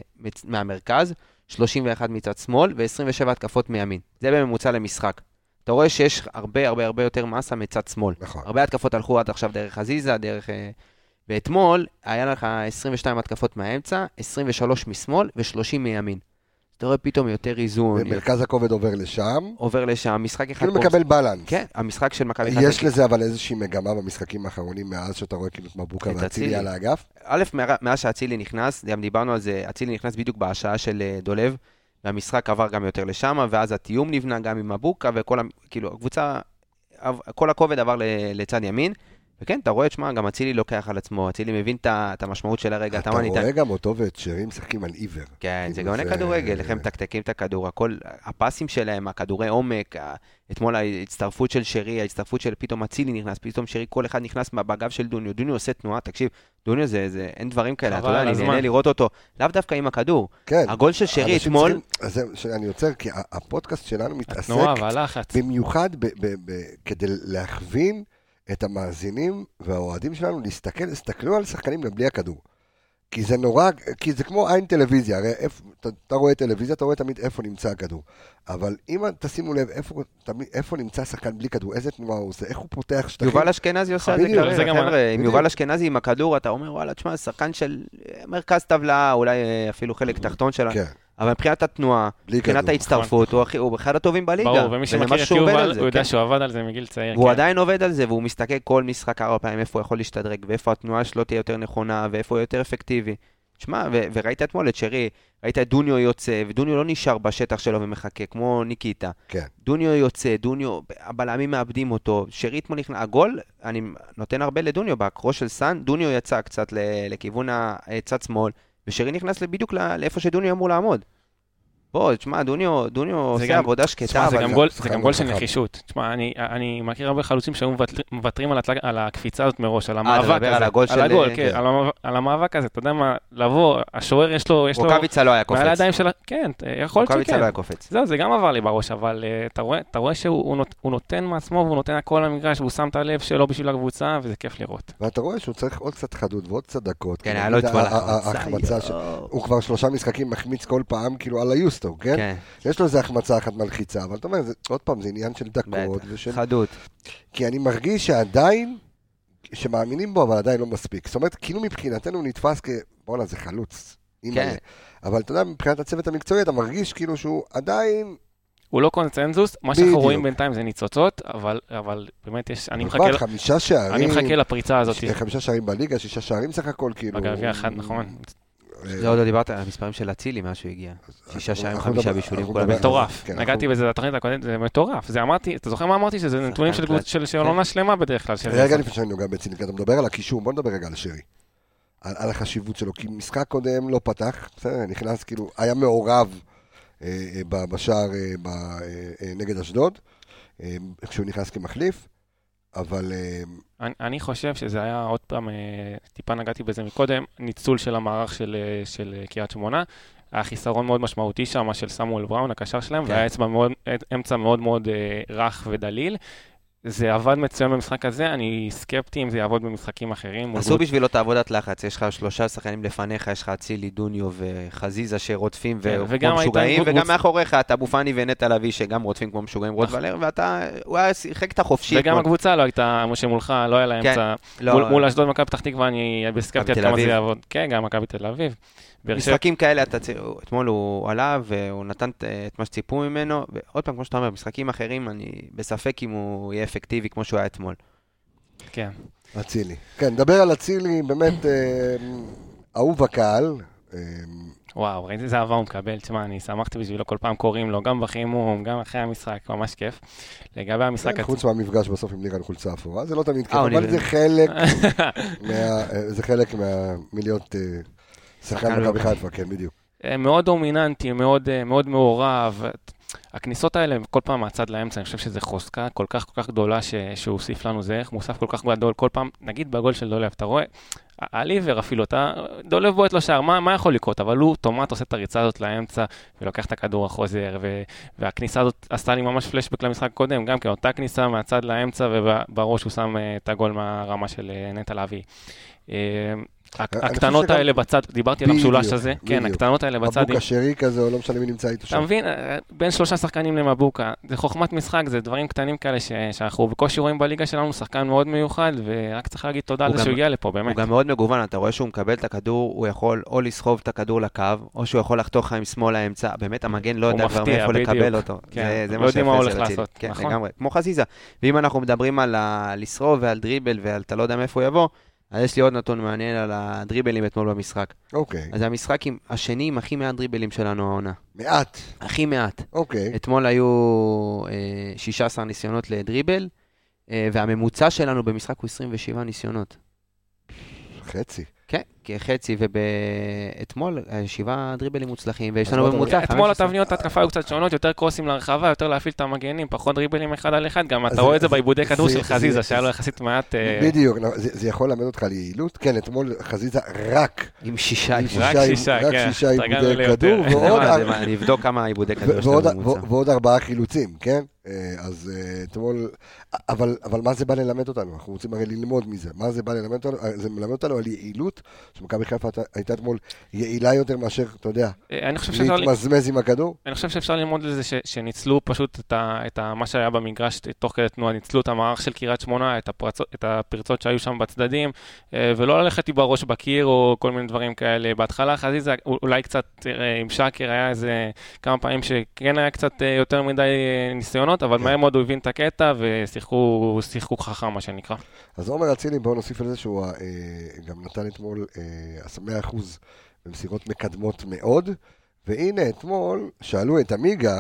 מהמרכז, שלושים ואחת מצד שמאל, ו-עשרים ושבע התקפות מימין. זה בממוצע למשחק. אתה רואה שיש הרבה הרבה הרבה יותר מסה מצד שמאל. נכון. הרבה התקפות הלכו עד עכשיו דרך חזיזה, דרך... ואתמול היה לך עשרים ושתיים התקפות מהאמצע, עשרים ושלוש משמאל ו-שלושים מימין. אתה רואה פתאום יותר איזון. ומרכז הכובד עובר לשם. עובר לשם, משחק אחד... כאילו מקבל בלנס. כן, המשחק של מכבי... יש לזה אבל איזושהי מגמה במשחקים האחרונים, מאז שאתה רואה כאילו את מבוקה ואצילי על האגף? א', מאז שאצילי נכנס, גם דיברנו על זה, אצילי נכנס בדיוק בהשעה של דולב, והמשחק עבר גם יותר לשם, ואז התיאום נבנה גם עם מבוקה, וכל, כאילו, הקבוצה, כל הכובד עבר לצד ימין, וכן, אתה רואה, שמה, גם אצילי לוקח על עצמו, אצילי מבין את המשמעות של הרגע. אתה רואה גם אותו ואת שרי משחקים על עיוור. כן, זה גאוני כדורגל, איך הם מתקתקים את הכדור, הכל, הפסים שלהם, הכדורי עומק, אתמול ההצטרפות של שרי, ההצטרפות של פתאום אצילי נכנס, פתאום שרי, כל אחד נכנס בגב של דוניו, דוניו עושה תנועה, תקשיב, דוניו זה, זה, אין דברים כאלה, אתה יודע, אני נהנה לראות אותו, לאו דווקא עם הכדור. כן. הגול של שרי אתמול... אז אני יוצר, כי הפודקאסט שלנו מתעסק במיוחד כדי להכווין את המאזינים והאוהדים שלנו להסתכל, הסתכלו על שחקנים גם בלי הכדור. כי זה נורא, כי זה כמו עין טלוויזיה, הרי איפה, אתה, אתה רואה טלוויזיה, אתה רואה תמיד איפה נמצא הכדור. אבל אם תשימו לב, איפה, תמיד, איפה נמצא שחקן בלי כדור, איזה תנועה הוא עושה, איך הוא פותח שטחים. יובל אשכנזי עושה את זה כרגע, חבר'ה, עם יובל אשכנזי עם הכדור, אתה אומר, וואלה, תשמע, שחקן של מרכז טבלה, אולי אפילו חלק תחתון שלה. כן. אבל מבחינת התנועה, מבחינת ההצטרפות, הוא אחד הטובים בליגה. ברור, ומי שמכיר את יובל, הוא יודע שהוא עבד על זה מגיל צעיר. הוא עדיין עובד על זה, והוא מסתכל כל משחק ארבע פעמים, איפה הוא יכול להשתדרג, ואיפה התנועה שלו תהיה יותר נכונה, ואיפה הוא יותר אפקטיבי. תשמע, וראית אתמול את שרי, ראית את דוניו יוצא, ודוניו לא נשאר בשטח שלו ומחכה, כמו ניקיטה. כן. דוניו יוצא, דוניו, הבלמים מאבדים אותו, שרי אתמול נכנס, הגול, אני נותן הרבה לדוניו, בקרוש של סן, דוניו יצא קצת לכיוון הצד שמאל, ושרי נכנס בדיוק לאיפה שדוניו אמור לעמוד. בוא, תשמע, דוניו, דוניו עושה עבודה שקטה. זה גם גול של נחישות. תשמע, אני מכיר הרבה חלוצים שהיו מוותרים על הקפיצה הזאת מראש, על המאבק הזה. על הגול של... על הגול, כן, על המאבק הזה. אתה יודע מה, לבוא, השוער יש לו... רוקאביצה לא היה קופץ. מעל הידיים של... כן, יכול להיות שכן. רוקאביצה לא היה קופץ. זהו, זה גם עבר לי בראש, אבל אתה רואה שהוא נותן מעצמו, והוא נותן הכל למגרש, והוא שם את הלב שלו בשביל הקבוצה, וזה כיף לראות. ואתה רואה שהוא צריך עוד קצת חדות ועוד קצת דקות. כן, היה לו את ההחמצה. הוא כבר שלושה משחקים מחמיץ כל פעם, כאילו על היוסטו, כן? יש לו איזה החמצה אחת מלחיצה, אבל אתה אומר, עוד פעם, זה עניין של דקות. חדות. כי אני מרגיש שעדיין, שמאמינים בו, אבל עדיין לא מספיק. זאת אומרת, כאילו מבחינתנו הוא נתפס כ... בוא'נה, זה חלוץ. כן. אבל אתה יודע, מבחינת הצוות המקצועי, אתה מרגיש כאילו שהוא עדיין... הוא לא קונצנזוס, מה שאנחנו רואים בינתיים זה ניצוצות, אבל, אבל באמת יש, אני מחכה, חמישה שערים, אני מחכה לפריצה הזאת. חמישה שערים בליגה, שישה שערים סך הכל, כאילו. בגביע אחד, נכון. זה עוד לא דיברת על המספרים של הצילי, מה שהוא הגיע. שישה שערים, חמישה בישולים. מטורף. נגעתי בזה, התוכנית הקודמת, זה מטורף. זה אמרתי, אתה זוכר מה אמרתי? שזה נתונים של עונה שלמה בדרך כלל. רגע לפני שאני נוגע בצילי, אתה מדבר על הקישור, בוא נדבר רגע על שרי. על החשיבות שלו, כי משחק קודם לא פתח, נכנס, כאילו, היה מעורב בשער נגד אשדוד, כשהוא נכנס כמחליף, אבל... אני חושב שזה היה עוד פעם, טיפה נגעתי בזה מקודם, ניצול של המערך של קריית שמונה, היה חיסרון מאוד משמעותי שם של סמואל בראון, הקשר שלהם, והיה אמצע מאוד מאוד רך ודליל, זה עבד מצוין במשחק הזה, אני סקפטי אם זה יעבוד במשחקים אחרים. עשו בשבילו את העבודת לחץ, יש לך שלושה שחקנים לפניך, יש לך צילי, דוניו וחזיזה שרודפים וכמו משוגעים, וגם מאחוריך אתה אבו פאני ונטע לביא שגם רודפים כמו משוגעים, רוד ולר, ואתה, הוא היה שיחק את החופשי. וגם הקבוצה לא הייתה, משה מולך, לא היה לה אמצע, מול אשדוד מכבי פתח תקווה, אני בסקפטי עד כמה זה יעבוד. כן, גם מכבי תל אביב. משחקים כאלה, אתמול הוא עלה והוא נתן את מה שציפו ממנו, ועוד פעם, כמו שאתה אומר, משחקים אחרים, אני בספק אם הוא יהיה אפקטיבי כמו שהוא היה אתמול. כן. אצילי. כן, נדבר על אצילי, באמת אהוב הקהל. וואו, ראיתי איזה אהבה הוא מקבל, תשמע, אני שמחתי בשבילו, כל פעם קוראים לו, גם בחימום, גם אחרי המשחק, ממש כיף. לגבי המשחק... חוץ מהמפגש בסוף עם לירן חולצה אפורה, זה לא תמיד כיף, אבל זה חלק זה חלק מהמיליון... שחקן מכבי חיפה, כן, בדיוק. מאוד דומיננטי, מאוד, מאוד מעורב. הכניסות האלה, כל פעם מהצד לאמצע, אני חושב שזה חוזקה כל כך, כל כך גדולה שהוא הוסיף לנו, זה איך מוסף כל כך גדול, כל פעם, נגיד בגול של דולב, אתה רואה, הליבר אפילו, אתה, דולב בועט לו שער, מה, מה יכול לקרות? אבל הוא אוטומט עושה את הריצה הזאת לאמצע, ולוקח את הכדור החוזר, ו, והכניסה הזאת עשתה לי ממש פלשבק למשחק קודם, גם כן, אותה כניסה מהצד לאמצע, ובראש הוא שם את הגול מהרמה של נטע לביא. הקטנות האלה בצד, דיברתי על המשולש הזה, כן, הקטנות האלה בצד. מבוקה שרי כזה, או לא משנה מי נמצא איתו שם. אתה מבין, בין שלושה שחקנים למבוקה, זה חוכמת משחק, זה דברים קטנים כאלה שאנחנו בקושי רואים בליגה שלנו, שחקן מאוד מיוחד, ורק צריך להגיד תודה על זה שהוא הגיע לפה, באמת. הוא גם מאוד מגוון, אתה רואה שהוא מקבל את הכדור, הוא יכול או לסחוב את הכדור לקו, או שהוא יכול לחתוך עם שמאל האמצע, באמת המגן לא יודע כבר מאיפה לקבל אותו. זה מה שיפה של אצילי. כן, לגמרי, כמו חזיזה. ואם אנחנו מדברים על לסחוב ועל דריבל ועל אתה לא יודע מאיפה הוא יבוא, אז יש לי עוד נתון מעניין על הדריבלים אתמול במשחק. אוקיי. אז המשחק עם השני עם הכי מעט דריבלים שלנו העונה. מעט? הכי מעט. אוקיי. אתמול היו אה, שישה עשר ניסיונות לדריבל, אה, והממוצע שלנו במשחק הוא עשרים ושבעה ניסיונות. חצי. כן, כחצי, ובאתמול שבעה דריבלים מוצלחים, ויש לנו בממוצע. אתמול התבניות התקפה היו קצת שונות, יותר קרוסים להרחבה, יותר להפעיל את המגנים, פחות דריבלים אחד על אחד, גם אתה רואה את זה בעיבודי כדור של חזיזה, שהיה לו יחסית מעט... בדיוק, זה יכול ללמד אותך ליעילות, כן, אתמול חזיזה רק... עם שישה, רק שישה, רק שישה עיבודי כדור, אני אבדוק כמה עיבודי כדור יש לנו בממוצע. ועוד ארבעה חילוצים, כן? אז אתמול, אבל, אבל מה זה בא ללמד אותנו? אנחנו רוצים הרי ללמוד מזה. מה זה בא ללמד אותנו? זה מלמד אותנו על יעילות, שמכבי חיפה הייתה אתמול יעילה יותר מאשר, אתה יודע, להתמזמז עם הכדור. אני חושב שאפשר ללמוד לזה שניצלו פשוט את מה שהיה במגרש תוך כדי תנועה, ניצלו את המערך של קריית שמונה, את הפרצות שהיו שם בצדדים, ולא ללכת בראש בקיר או כל מיני דברים כאלה. בהתחלה חזיזה אולי קצת עם שקר היה איזה כמה פעמים שכן היה קצת יותר מדי ניסיונות, אבל מהר מאוד הוא הבין את הקטע ושיחקו חכם, מה שנקרא. אז עומר אצילי, בואו נוסיף על זה שהוא גם נתן אתמול מאה אחוז במסירות מקדמות מאוד, והנה אתמול שאלו את אמיגה,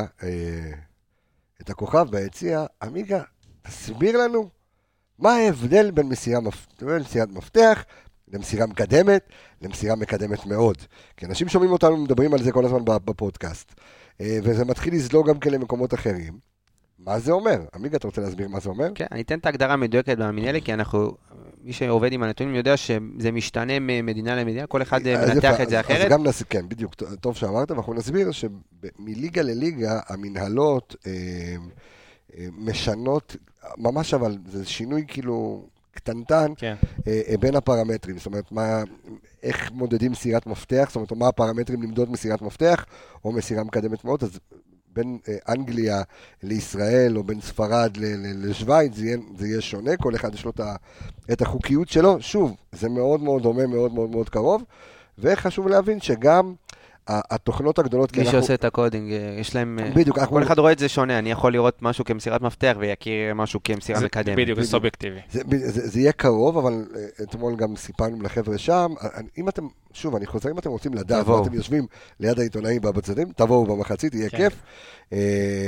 את הכוכב ביציע, אמיגה, תסביר לנו מה ההבדל בין מסירת מפתח למסירה מקדמת, למסירה מקדמת מאוד. כי אנשים שומעים אותנו, מדברים על זה כל הזמן בפודקאסט, וזה מתחיל לזלוג גם כן למקומות אחרים. מה זה אומר? עמיגה, אתה רוצה להסביר מה זה אומר? כן, אני אתן את ההגדרה המדויקת במאמין אלה, כי אנחנו, מי שעובד עם הנתונים יודע שזה משתנה ממדינה למדינה, כל אחד מנתח את זה אחרת. אז גם נס... כן, בדיוק, טוב שאמרת, ואנחנו נסביר שמליגה לליגה, המנהלות אה, אה, משנות, ממש אבל, זה שינוי כאילו קטנטן, כן. אה, אה, בין הפרמטרים, זאת אומרת, מה, איך מודדים מסירת מפתח, זאת אומרת, מה הפרמטרים למדוד מסירת מפתח, או מסירה מקדמת מאוד, אז בין אנגליה לישראל, או בין ספרד לשוויץ, זה יהיה, זה יהיה שונה, כל אחד יש לו את החוקיות שלו. שוב, זה מאוד מאוד דומה, מאוד מאוד מאוד קרוב, וחשוב להבין שגם התוכנות הגדולות... מי אנחנו... שעושה את הקודינג, יש להם... בדיוק. כל אנחנו... אחד רואה את זה שונה, אני יכול לראות משהו כמסירת מפתח, ויכיר משהו כמסירה זה, מקדמת. בדיוק, זה סובייקטיבי. זה, זה, זה יהיה קרוב, אבל אתמול גם סיפרנו לחבר'ה שם, אם אתם... שוב, אני חוזר, אם אתם רוצים לדעת, ואתם יושבים ליד העיתונאים בצדדים, תבואו במחצית, יהיה כיף. אה,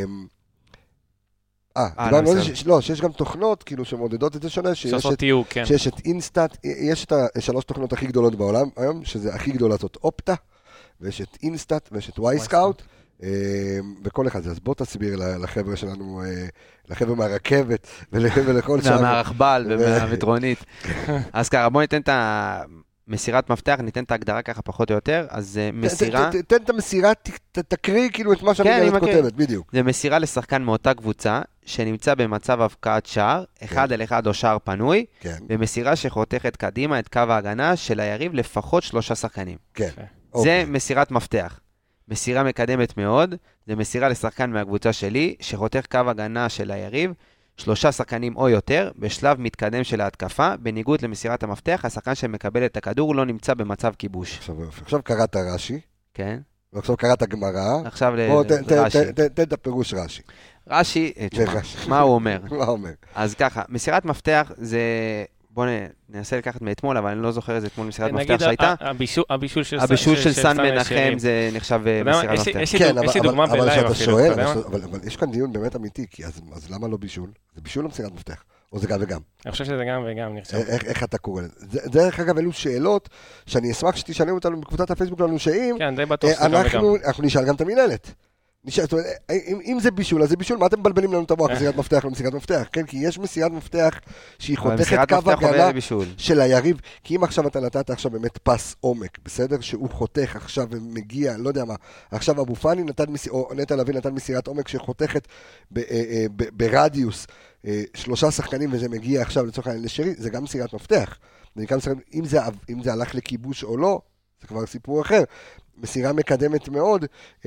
דיברנו על זה, לא, שיש גם תוכנות, כאילו, שמודדות את זה שונה, שיש את אינסטאט, יש את השלוש תוכנות הכי גדולות בעולם היום, שזה הכי גדולה זאת אופטה, ויש את אינסטאט, ויש את וואי-סקאוט, וכל אחד זה. אז בוא תסביר לחבר'ה שלנו, לחבר'ה מהרכבת, ולכל שם. מהרכבל ומהמטרונית. אז ככה, בוא ניתן את ה... מסירת מפתח, ניתן את ההגדרה ככה פחות או יותר, אז מסירה... תן את המסירה, תקריא כאילו את מה שאני כותבת, בדיוק. זה מסירה לשחקן מאותה קבוצה, שנמצא במצב הבקעת שער, אחד אל אחד או שער פנוי, ומסירה שחותכת קדימה את קו ההגנה של היריב לפחות שלושה שחקנים. כן. זה מסירת מפתח. מסירה מקדמת מאוד, זה מסירה לשחקן מהקבוצה שלי, שחותך קו הגנה של היריב, שלושה שחקנים או יותר, בשלב מתקדם של ההתקפה, בניגוד למסירת המפתח, השחקן שמקבל את הכדור לא נמצא במצב כיבוש. עכשיו, עכשיו קראת רש"י. כן. ועכשיו קראת גמרא. עכשיו לרש"י. תן את הפירוש רש"י. רש"י, מה הוא אומר? מה הוא אומר? אז ככה, מסירת מפתח זה... בואו ננסה לקחת מאתמול, אבל אני לא זוכר איזה אתמול מסירת מפתח שהייתה. הבישול של הבישול של סן מנחם זה נחשב מסירת מפתח. יש לי דוגמה בלייב אפילו. אבל יש כאן דיון באמת אמיתי, אז למה לא בישול? זה בישול או מסירת מפתח? או זה גם וגם? אני חושב שזה גם וגם נחשב. איך אתה קורא לזה? דרך אגב, אלו שאלות שאני אשמח שתשאלו אותנו בקבוצת הפייסבוק לנו שאים. כן, די בטוח שזה גם וגם. אנחנו נשאל גם את המנהלת. אם זה בישול, אז זה בישול, מה אתם מבלבלים לנו את המוח? מסירת מפתח לא מסירת מפתח, כן? כי יש מסירת מפתח שהיא חותכת קו הגנה של היריב, כי אם עכשיו אתה נתת עכשיו באמת פס עומק, בסדר? שהוא חותך עכשיו ומגיע, לא יודע מה, עכשיו אבו פאני נתן, או נטע לביא נתן מסירת עומק שחותכת ברדיוס שלושה שחקנים וזה מגיע עכשיו לצורך העניין לשרי, זה גם מסירת מפתח. אם זה הלך לכיבוש או לא, זה כבר סיפור אחר. מסירה מקדמת מאוד,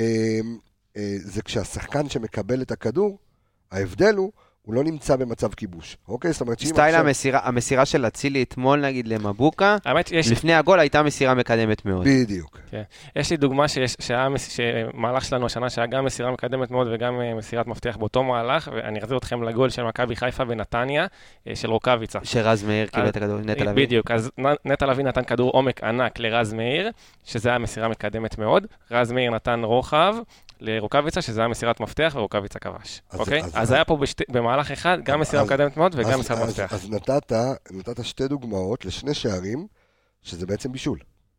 זה כשהשחקן שמקבל את הכדור, ההבדל הוא, הוא לא נמצא במצב כיבוש. אוקיי? זאת אומרת, סטייל המסירה, המסירה של אצילי אתמול, נגיד, למבוקה, לפני הגול הייתה מסירה מקדמת מאוד. בדיוק. יש לי דוגמה שמהלך שלנו השנה שהיה גם מסירה מקדמת מאוד וגם מסירת מפתח באותו מהלך, ואני אחזיר אתכם לגול של מכבי חיפה בנתניה, של רוקאביצה. שרז מאיר קיבל את הכדור, נטע לביא. בדיוק, אז נטע לביא נתן כדור עומק ענק לרז מאיר, שזה היה מסירה מקדמת מאוד. רז מאיר נתן רוחב לרוקאביצה, שזה היה מסירת מפתח, ורוקאביצה כבש. אוקיי? אז היה פה במהלך אחד, גם מסירה מקדמת מאוד וגם מסירת מפתח. אז נתת שתי דוגמאות לשני שערים, שזה בעצם בישול.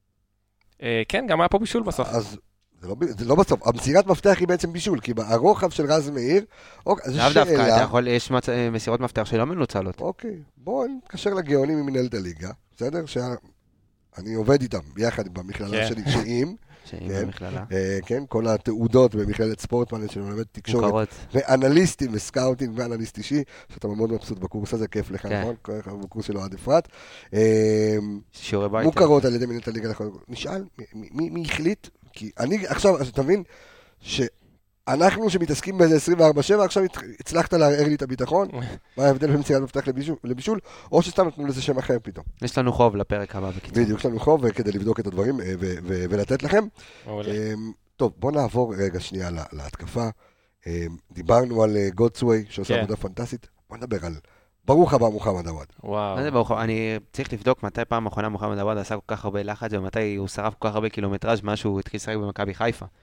כן, גם היה פה בישול בסוף. אז זה לא בסוף, המסירת מפתח היא בעצם בישול, כי הרוחב של רז מאיר, זה דווקא, יש מסירות מפתח שלא מנוצלות. אוקיי, בואו נקשר לגאונים ממנהלת הליגה, בסדר? שאני עובד איתם ביחד במכללה שלי, שאם, כן, כל התעודות במכללת ספורטמן שמלמד תקשורת, ואנליסטים וסקאוטים ואנליסט אישי, שאתה מאוד מבסוט בקורס הזה, כיף לך, נכון? בקורס שלו עד אפרת. מוכרות על ידי מנהלת הליגה, נשאל, מי החליט? כי אני עכשיו, אתה מבין, שאנחנו שמתעסקים באיזה עשרים וארבע שבע, עכשיו הצלחת לערער לי את הביטחון, מה ההבדל בין מסירת מפתח לבישול, או שסתם נתנו לזה שם אחר פתאום. יש לנו חוב לפרק הבא בקיצור. בדיוק, יש לנו חוב כדי לבדוק את הדברים ולתת לכם. טוב, בוא נעבור רגע שנייה להתקפה. דיברנו על גודסווי, שעושה עבודה פנטסטית. בוא נדבר על ברוך הבא מוחמד עווד. וואו. מה זה ברוך? אני צריך לבדוק מתי פעם האחרונה מוחמד עווד עשה כל כך הרבה לחץ, ומתי הוא שרף כל כך הרבה קילומטראז' מה שהוא התחיל לשחק במכבי חיפה.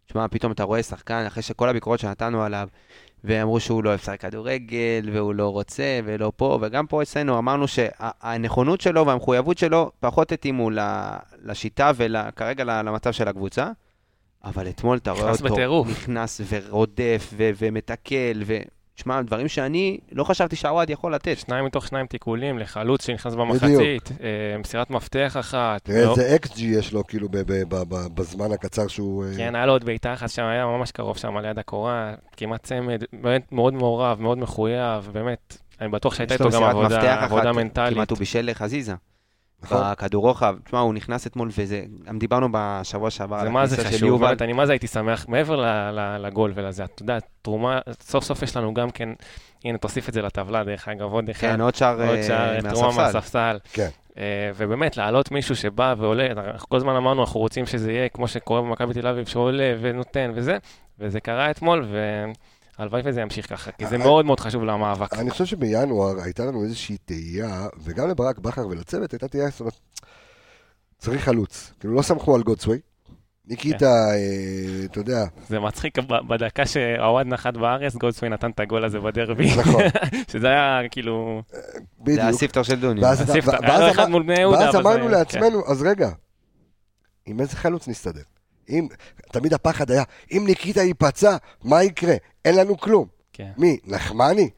תשמע, פתאום אתה רואה שחקן, אחרי שכל הביקורות שנתנו עליו, ואמרו שהוא לא אפשר כדורגל, והוא לא רוצה, ולא פה, וגם פה אצלנו אמרנו שהנכונות שלו והמחויבות שלו פחות התאימו לשיטה וכרגע למצב של הקבוצה, אבל אתמול אתה רואה אותו נכנס ורודף ומתקל, ותשמע, דברים שאני לא חשבתי שהוואד יכול לתת. שניים מתוך שניים תיקולים לחלוץ שנכנס במחצית, מסירת מפתח אחת. תראה איזה אקס ג'י יש לו כאילו בזמן הקצר שהוא... כן, היה לו עוד בעיטה אחת שם, היה ממש קרוב שם ליד הקורה, כמעט צמד, באמת מאוד מעורב, מאוד מחויב, באמת, אני בטוח שהייתה איתו גם עבודה מנטלית. כמעט הוא בישל לחזיזה. בכדור רוחב, תשמע, הוא נכנס אתמול, וזה, גם דיברנו בשבוע שעבר. זה מה זה חשוב, באמת, אני מה זה הייתי שמח, מעבר לגול ולזה, אתה יודע, תרומה, סוף סוף יש לנו גם כן, הנה, תוסיף את זה לטבלה, דרך אגב, עוד אחד. כן, עוד שער מהספסל. כן. ובאמת, לעלות מישהו שבא ועולה, אנחנו כל הזמן אמרנו, אנחנו רוצים שזה יהיה כמו שקורה במכבי תל אביב, שעולה ונותן וזה, וזה קרה אתמול, הלוואי וזה ימשיך ככה, כי זה מאוד מאוד חשוב למאבק. אני חושב שבינואר הייתה לנו איזושהי תהייה, וגם לברק בכר ולצוות הייתה תהייה, זאת אומרת, צריך חלוץ. כאילו לא סמכו על גודסווי. ניקיטה, אתה יודע... זה מצחיק, בדקה שהוואד נחת בארץ, גודסווי נתן את הגול הזה בדרבי. נכון. שזה היה כאילו... זה היה סיפטר של דוני. היה אחד מול בני יהודה. ואז אמרנו לעצמנו, אז רגע, עם איזה חלוץ נסתדר? אם, תמיד הפחד היה, אם ניקיטה ייפצע, מה יקרה? אין לנו כלום. כן. מי? נחמני?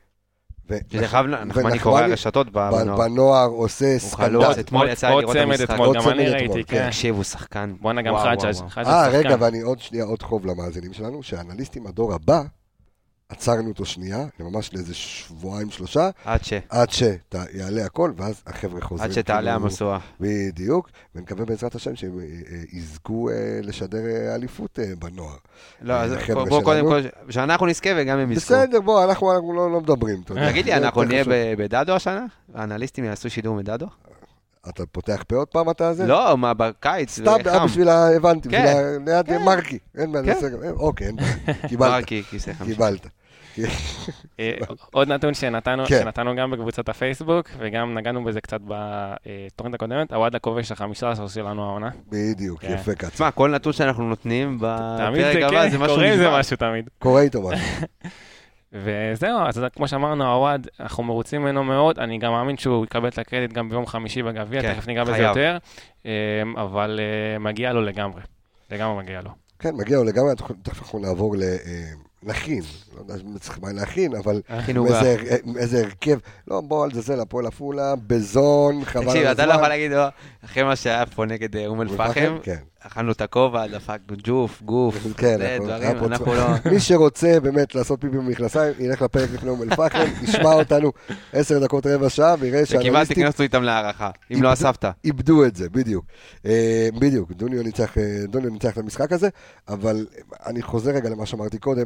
נחמני קורא הרשתות בנוער. בנוער עושה סקנדל. אתמול יצא לראות את המשחק. גם אני ראיתי, כן. תקשיב, הוא שחקן. בואנה גם חג'ג'. אה, רגע, ואני עוד שנייה, עוד חוב למאזינים שלנו, שהאנליסטים הדור הבא, עצרנו אותו שנייה, ממש לאיזה שבועיים שלושה, עד ש... עד שיעלה הכל, ואז החבר'ה חוזרים. עד שתעלה המסועה. בדיוק, ונקווה בעזרת השם שהם יזכו לשדר אליפות בנוער. לא, אז בואו קודם כל, שאנחנו נזכה וגם הם יזכו. בסדר, בואו, אנחנו לא מדברים. תגיד לי, אנחנו נהיה בדדו השנה? האנליסטים יעשו שידור מדדו? אתה פותח פה עוד פעם אתה הזה? לא, מה, בקיץ, סתם, בשביל הבנתי, ליד מרקי. אוקיי, קיבלת. קיבלת. עוד נתון שנתנו גם בקבוצת הפייסבוק, וגם נגענו בזה קצת בתוכנית הקודמת, הוואד הכובש החמישה עשר שלנו העונה. בדיוק, יפה קצת. תשמע, כל נתון שאנחנו נותנים בפרק הבא, זה משהו קורה זה משהו תמיד. קורה איתו משהו. וזהו, אז כמו שאמרנו, הוואד, אנחנו מרוצים ממנו מאוד, אני גם מאמין שהוא יקבל את הקרדיט גם ביום חמישי בגביע, תכף ניגע בזה יותר, אבל מגיע לו לגמרי, לגמרי מגיע לו. כן, מגיע לו לגמרי, תכף אנחנו נעבור ל... נכין, לא יודע אם צריך מה להכין, אבל איזה הרכב, לא, בוא על זזל, הפועל עפולה, בזון, חבל על הזמן. תקשיב, אתה לא יכול להגיד, אחרי מה שהיה פה נגד אום אל-פחם, אכלנו את הכובע, דפקנו ג'וף, גוף, דברים, אנחנו לא... מי שרוצה באמת לעשות פיפי במכנסיים, ילך לפרק לפני אום אל-פחם, ישמע אותנו עשר דקות רבע שעה, ויראה שהאנליסטים... וכמעט תכנסנו איתם להערכה, אם לא אספת. איבדו את זה, בדיוק. בדיוק, דוניו ניצח את המשחק הזה, אבל אני חוזר רגע למה שאמרתי קודם,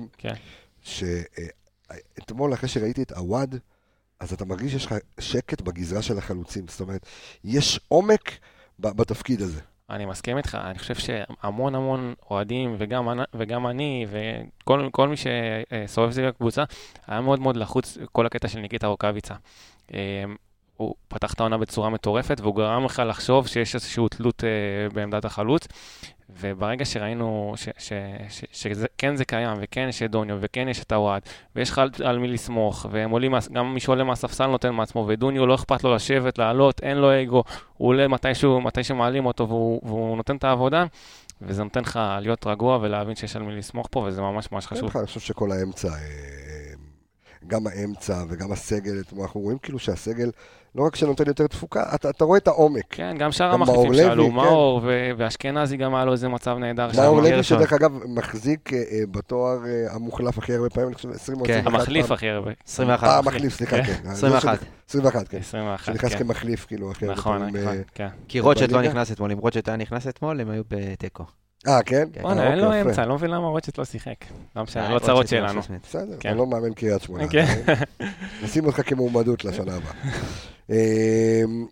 שאתמול אחרי שראיתי את הוואד, אז אתה מרגיש שיש לך שקט בגזרה של החלוצים, זאת אומרת, יש עומק בתפקיד הזה. אני מסכים איתך, אני חושב שהמון המון אוהדים, וגם, וגם אני, וכל כל מי שסובב סביב הקבוצה, היה מאוד מאוד לחוץ כל הקטע של ניקיטה רוקאביצה. הוא פתח את העונה בצורה מטורפת, והוא גרם לך לחשוב שיש איזושהי תלות בעמדת החלוץ, וברגע שראינו שכן זה קיים, וכן יש את דוניו, וכן יש את הוואד, ויש לך על מי לסמוך, וגם מי שעולה מהספסל נותן מעצמו, ודוניו לא אכפת לו לשבת, לעלות, אין לו אגו, הוא עולה מתי שמעלים אותו, והוא נותן את העבודה, וזה נותן לך להיות רגוע ולהבין שיש על מי לסמוך פה, וזה ממש ממש חשוב. אני חושב שכל האמצע, גם האמצע וגם הסגל, אנחנו רואים כאילו שהסגל לא רק שנותן יותר תפוקה, אתה, אתה רואה את העומק. כן, גם שאר המחליפים שעלו, מאור כן. ואשכנזי גם היה לו איזה מצב נהדר. מאור לוי שדרך אגב מחזיק אה, בתואר אה, המוחלף הכי הרבה פעמים, אני חושב עשרים כן, המחליף הכי הרבה. עשרים ואחת. אה, המחליף, סליחה, כן. עשרים ואחת. עשרים ואחת, כן. עשרים ואחת, כן. שנכנס כמחליף, כאילו, הכי הרבה נכון, פעמים. נכון, כן. כי רוטשט לא נכנס אתמול, אם רוטשט היה נכנס אתמול, הם היו בטקו. אה, כן? בוא'נה, אין לו אמצע, לא מבין למה רוטשט לא שיחק. לא צרות שלנו. בסדר, אני לא מאמן קריית שמונה. נשים אותך כמועמדות לשנה הבאה.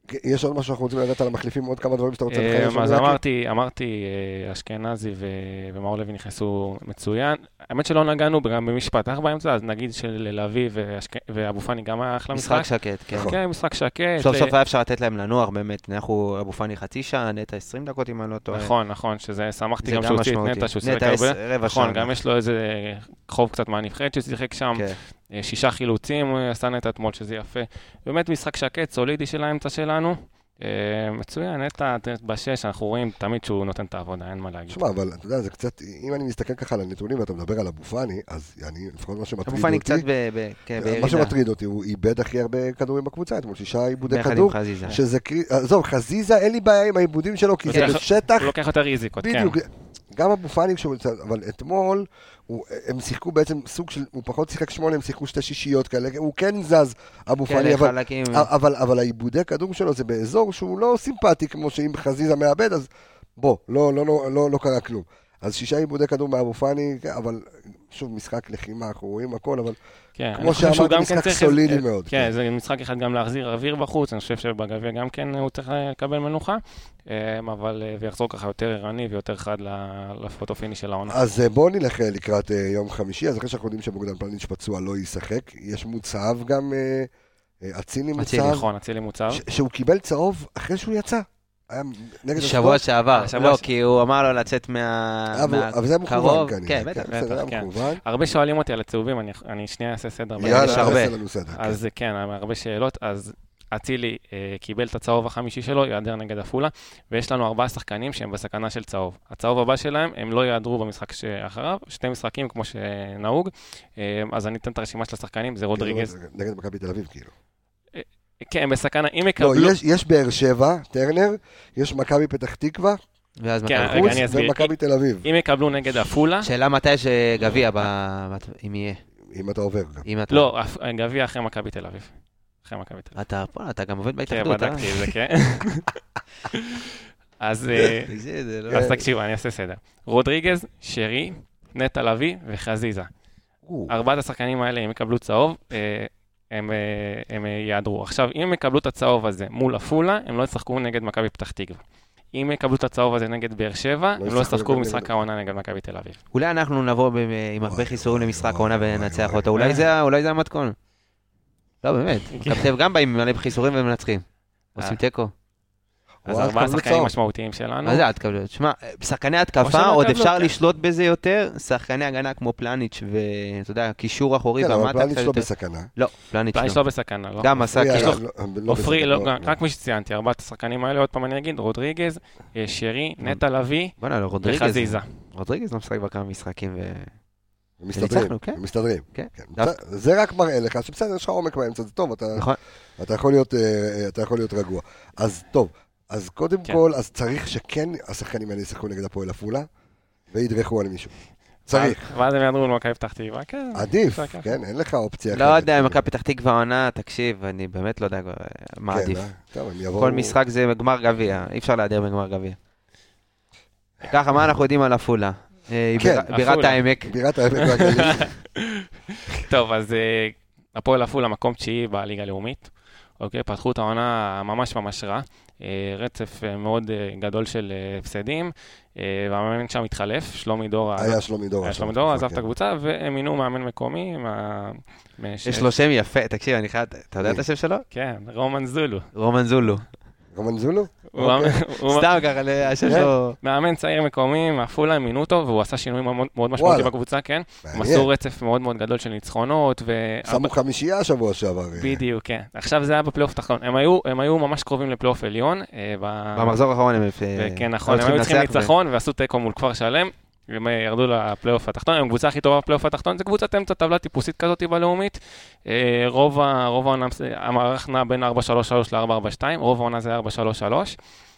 יש עוד משהו שאנחנו רוצים לדעת על המחליפים, עוד כמה דברים שאתה רוצה לחייש? אז אמרתי, אמרתי, אשכנזי ומאור לוי נכנסו מצוין. האמת שלא נגענו גם במשפט, אנחנו באמצע, אז נגיד של לוי ואבו פאני גם היה אחלה משחק. משחק שקט, כן. כן, משחק שקט. סוף סוף היה אפשר לתת להם לנוח, באמת. אנחנו, אבו פאני חצי שעה, נטע עשרים דקות אם אני לא טועה. נכון, נכון, שזה, שמחתי גם שהוא הוציא את נטע, שהוא שיחק הרבה. נכון, גם יש לו איזה חוב קצת מהנבחרת ששיחק שם. שישה חילוצים, הוא עשה נטע אתמול, שזה יפה. באמת משחק שקט, סולידי של האמצע שלנו. מצוין, נטע בשש, אנחנו רואים תמיד שהוא נותן את העבודה, אין מה להגיד. שמע, אבל אתה יודע, זה קצת, אם אני מסתכל ככה על הנתונים ואתה מדבר על אבו פאני, אז אני, לפחות מה שמטריד אותי, אבו פאני קצת בירידה. מה שמטריד אותי, הוא איבד הכי הרבה כדורים בקבוצה, אתמול שישה עיבודי כדור, שזה, עזוב, חזיזה, אין לי בעיה עם העיבודים שלו, כי זה בשטח. הוא לוקח יותר ריזיקות, כן. בדיוק, גם אבו פאני, אבל אתמול, הם שיחקו בעצם סוג של, הוא פחות שיחק שמונה, הם שיחקו שתי שישיות כאלה, הוא כן זז, אבו פאני, אבל, אבל, אבל העיבודי כדור שלו זה באזור שהוא לא סימפטי, כמו שאם חזיזה מאבד, אז בוא, לא, לא, לא, לא, לא קרה כלום. אז שישה עיבודי כדור מאבו פאני, אבל שוב, משחק לחימה, אנחנו רואים הכל, אבל כן, כמו שאמרתי, משחק סולידי מאוד. כן, זה משחק אחד גם להחזיר אוויר בחוץ, אני חושב שבגביע גם כן הוא צריך לקבל מנוחה, אבל ויחזור ככה יותר ערני ויותר חד לפוטופיני של העונה. אז בואו נלך לקראת יום חמישי, אז אחרי שאנחנו יודעים שבוגדן פלניץ' פצוע לא ישחק, יש מוצב גם, אצילי מוצב. אצילי, נכון, אצילי מוצב. שהוא קיבל צהוב אחרי שהוא יצא. שבוע שעבר, לא, כי הוא אמר לו לצאת מהקרוב. אבל זה מכוון כנראה. כן, בטח, בטח. הרבה שואלים אותי על הצהובים, אני שנייה אעשה סדר. יאללה, נעשה לנו סדר. אז כן, הרבה שאלות, אז אצילי קיבל את הצהוב החמישי שלו, יעדר נגד עפולה, ויש לנו ארבעה שחקנים שהם בסכנה של צהוב. הצהוב הבא שלהם, הם לא יעדרו במשחק שאחריו, שתי משחקים כמו שנהוג, אז אני אתן את הרשימה של השחקנים, זה רודריגז. נגד מכבי תל אביב, כאילו. כן, בסכנה, אם יקבלו... לא, יש, יש באר שבע, טרנר, יש מכבי פתח תקווה, ואז כן, מכבי רגע, חוץ, ומכבי תל אביב. אם יקבלו נגד עפולה... שאלה מתי יש גביע, אם יהיה. אם אתה עובר. אם אתה... לא, גביע אחרי מכבי תל אביב. אחרי מכבי תל אביב. אתה פה, אתה גם עובד בהתאחדות, אה? כן, בדקתי את זה, כן. אז... אז תקשיבו, אני אעשה סדר. רודריגז, שרי, נטע לוי וחזיזה. ארבעת השחקנים האלה, אם יקבלו צהוב, הם, הם יעדרו. עכשיו, אם הם יקבלו את הצהוב הזה מול עפולה, הם לא ישחקו נגד מכבי פתח תקווה. אם יקבלו את הצהוב הזה נגד באר שבע, הם לא ישחקו במשחק העונה נגד מכבי תל אביב. אולי אנחנו נבוא עם הרבה חיסורים למשחק העונה וננצח אותו. אולי זה המתכון. לא, באמת. כתב גם באים מלא בחיסורים ומנצחים. עושים תיקו. אז ארבעה שחקנים משמעותיים שלנו. אז את קבלו. תשמע, שחקני התקפה, עוד אפשר לשלוט בזה יותר, שחקני הגנה כמו פלניץ' ואתה יודע, קישור אחורי. כן, אבל פלניץ' לא בסכנה. לא, פלניץ' לא. פלניץ' לא בסכנה, לא. גם עשה קישור. עופרי, רק מי שציינתי, ארבעת השחקנים האלה, עוד פעם אני אגיד, רודריגז, שרי, נטע לוי וחזיזה. רודריגז לא משחק בכמה משחקים ו... מסתדרים, מסתדרים. זה רק מראה לך שבסדר, יש לך עומק באמצע, זה טוב, אתה יכול להיות רגוע. אז טוב, אז קודם כל, אז צריך שכן השחקנים האלה ישחקו נגד הפועל עפולה, וידרכו על מישהו. צריך. ואז הם יעדרו למכבי פתח תקווה, כן. עדיף, כן, אין לך אופציה. לא יודע, מכבי פתח תקווה עונה, תקשיב, אני באמת לא יודע מה עדיף. כל משחק זה גמר גביע, אי אפשר להדיר בגמר גביע. ככה, מה אנחנו יודעים על עפולה? בירת העמק. בירת העמק והגליל. טוב, אז הפועל עפולה מקום תשיעי בליגה הלאומית. אוקיי, פתחו את העונה ממש ממש רע. רצף מאוד גדול של הפסדים, והמאמן שם התחלף, שלומי דורה. היה שלומי דורה. היה שלומי דורה, עזב את הקבוצה, והם מינו מאמן מקומי. יש לו שם יפה, תקשיב, אני חייב, אתה יודע את השם שלו? כן, רומן זולו. רומן זולו. רומן זולו? סתם ככה, השם שלו... מאמן צעיר מקומי, מעפולה, מינו אותו, והוא עשה שינויים מאוד משמעותיים בקבוצה, כן? מסור רצף מאוד מאוד גדול של ניצחונות. שמו חמישייה השבוע שעבר. בדיוק, כן. עכשיו זה היה בפלייאוף תחתון. הם היו ממש קרובים לפלייאוף עליון. במחזור האחרון הם... כן, נכון. הם היו צריכים ניצחון, ועשו תיקו מול כפר שלם. הם ירדו לפלייאוף התחתון, הם קבוצה הכי טובה בפלייאוף התחתון, זה קבוצת אמצע טבלה טיפוסית כזאת בלאומית, רוב העונה, המערך נע בין ארבע שלוש שלוש ל-ארבע ארבע שתיים, רוב העונה זה ארבע שלוש שלוש,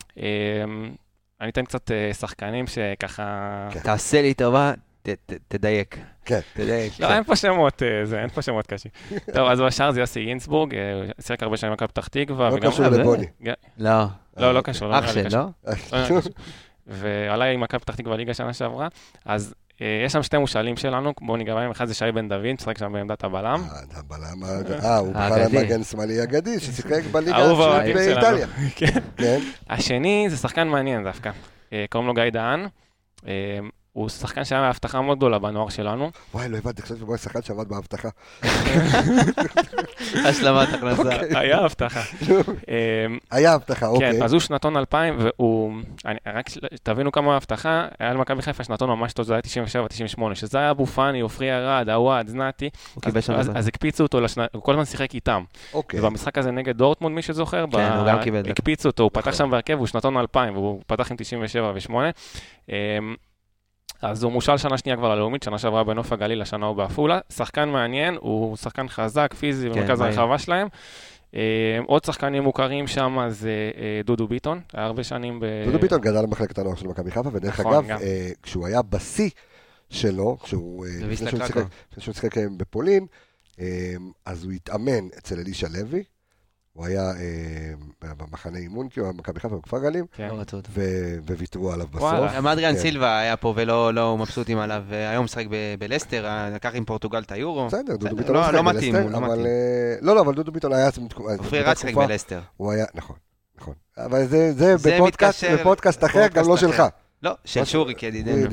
אני אתן קצת שחקנים שככה... תעשה לי טובה, תדייק. כן. תדייק. לא, אין פה שמות, אין פה שמות קשים. טוב, אז בשאר זה יוסי גינסבורג, שיחק הרבה שנים מכבי פתח תקווה. לא קשור לבוני. לא. לא, לא קשור. אח של, לא? ועלה עם מכבי פתח תקווה ליגה שנה שעברה, אז יש שם שתי מושאלים שלנו, בואו ניגע בהם, אחד זה שי בן דוד, ששחק שם בעמדת הבלם. אה, הבלם, אה, הוא בכלל המגן שמאלי אגדי, ששיחק בליגה אהוב השנייה האוהדים באיטליה. שלנו. כן. השני זה שחקן מעניין דווקא, קוראים לו גיא דהן, הוא שחקן שהיה מההבטחה מאוד גדולה בנוער שלנו. וואי, לא הבנתי, חשבתי שבואי שחקן שעבד בהבטחה. השלמת הכנסה. היה הבטחה. היה הבטחה, אוקיי. כן, אז הוא שנתון אלפיים, והוא, רק תבינו כמה ההבטחה, היה למכבי חיפה שנתון ממש טוב, זה היה תשעים ושבע תשעים ושמונה, שזה היה אבו פאני, עופרי ארד, עווד, זנתי, אז הקפיצו אותו, הוא כל הזמן שיחק איתם. ובמשחק הזה נגד דורטמונד, מי שזוכר, הקפיצו אותו, הוא פתח שם בהרכב, הוא שנתון אלפיים, והוא פתח עם תשעים ושבע ושמונה. אז הוא מושל שנה שנייה כבר ללאומית, שנה שעברה בנוף הגליל, השנה הוא באפולה. שחקן מעניין, הוא שחקן חזק, פיזי, במרכז הרחבה שלהם. עוד שחקנים מוכרים שם, זה דודו ביטון, היה הרבה שנים ב... דודו ביטון גדל במחלקת הנוער של מכבי חיפה, ודרך אגב, כשהוא היה בשיא שלו, כשהוא שיחק בפולין, אז הוא התאמן אצל אלישע לוי, הוא היה במחנה אימון, כי הוא היה במכבי חיפה בכפר גלים, וויתרו עליו בסוף. אדריאן סילבה היה פה ולא מבסוטים עליו, היום משחק בלסטר, לקח עם פורטוגל את היורו. בסדר, דודו ביטון לא משחק בלסטר, לא, לא, אבל דודו ביטון היה... אופרי רד שחק בלסטר. הוא היה, נכון, נכון. אבל זה בפודקאסט אחר, גם לא שלך. לא, של שוריק ידידנו.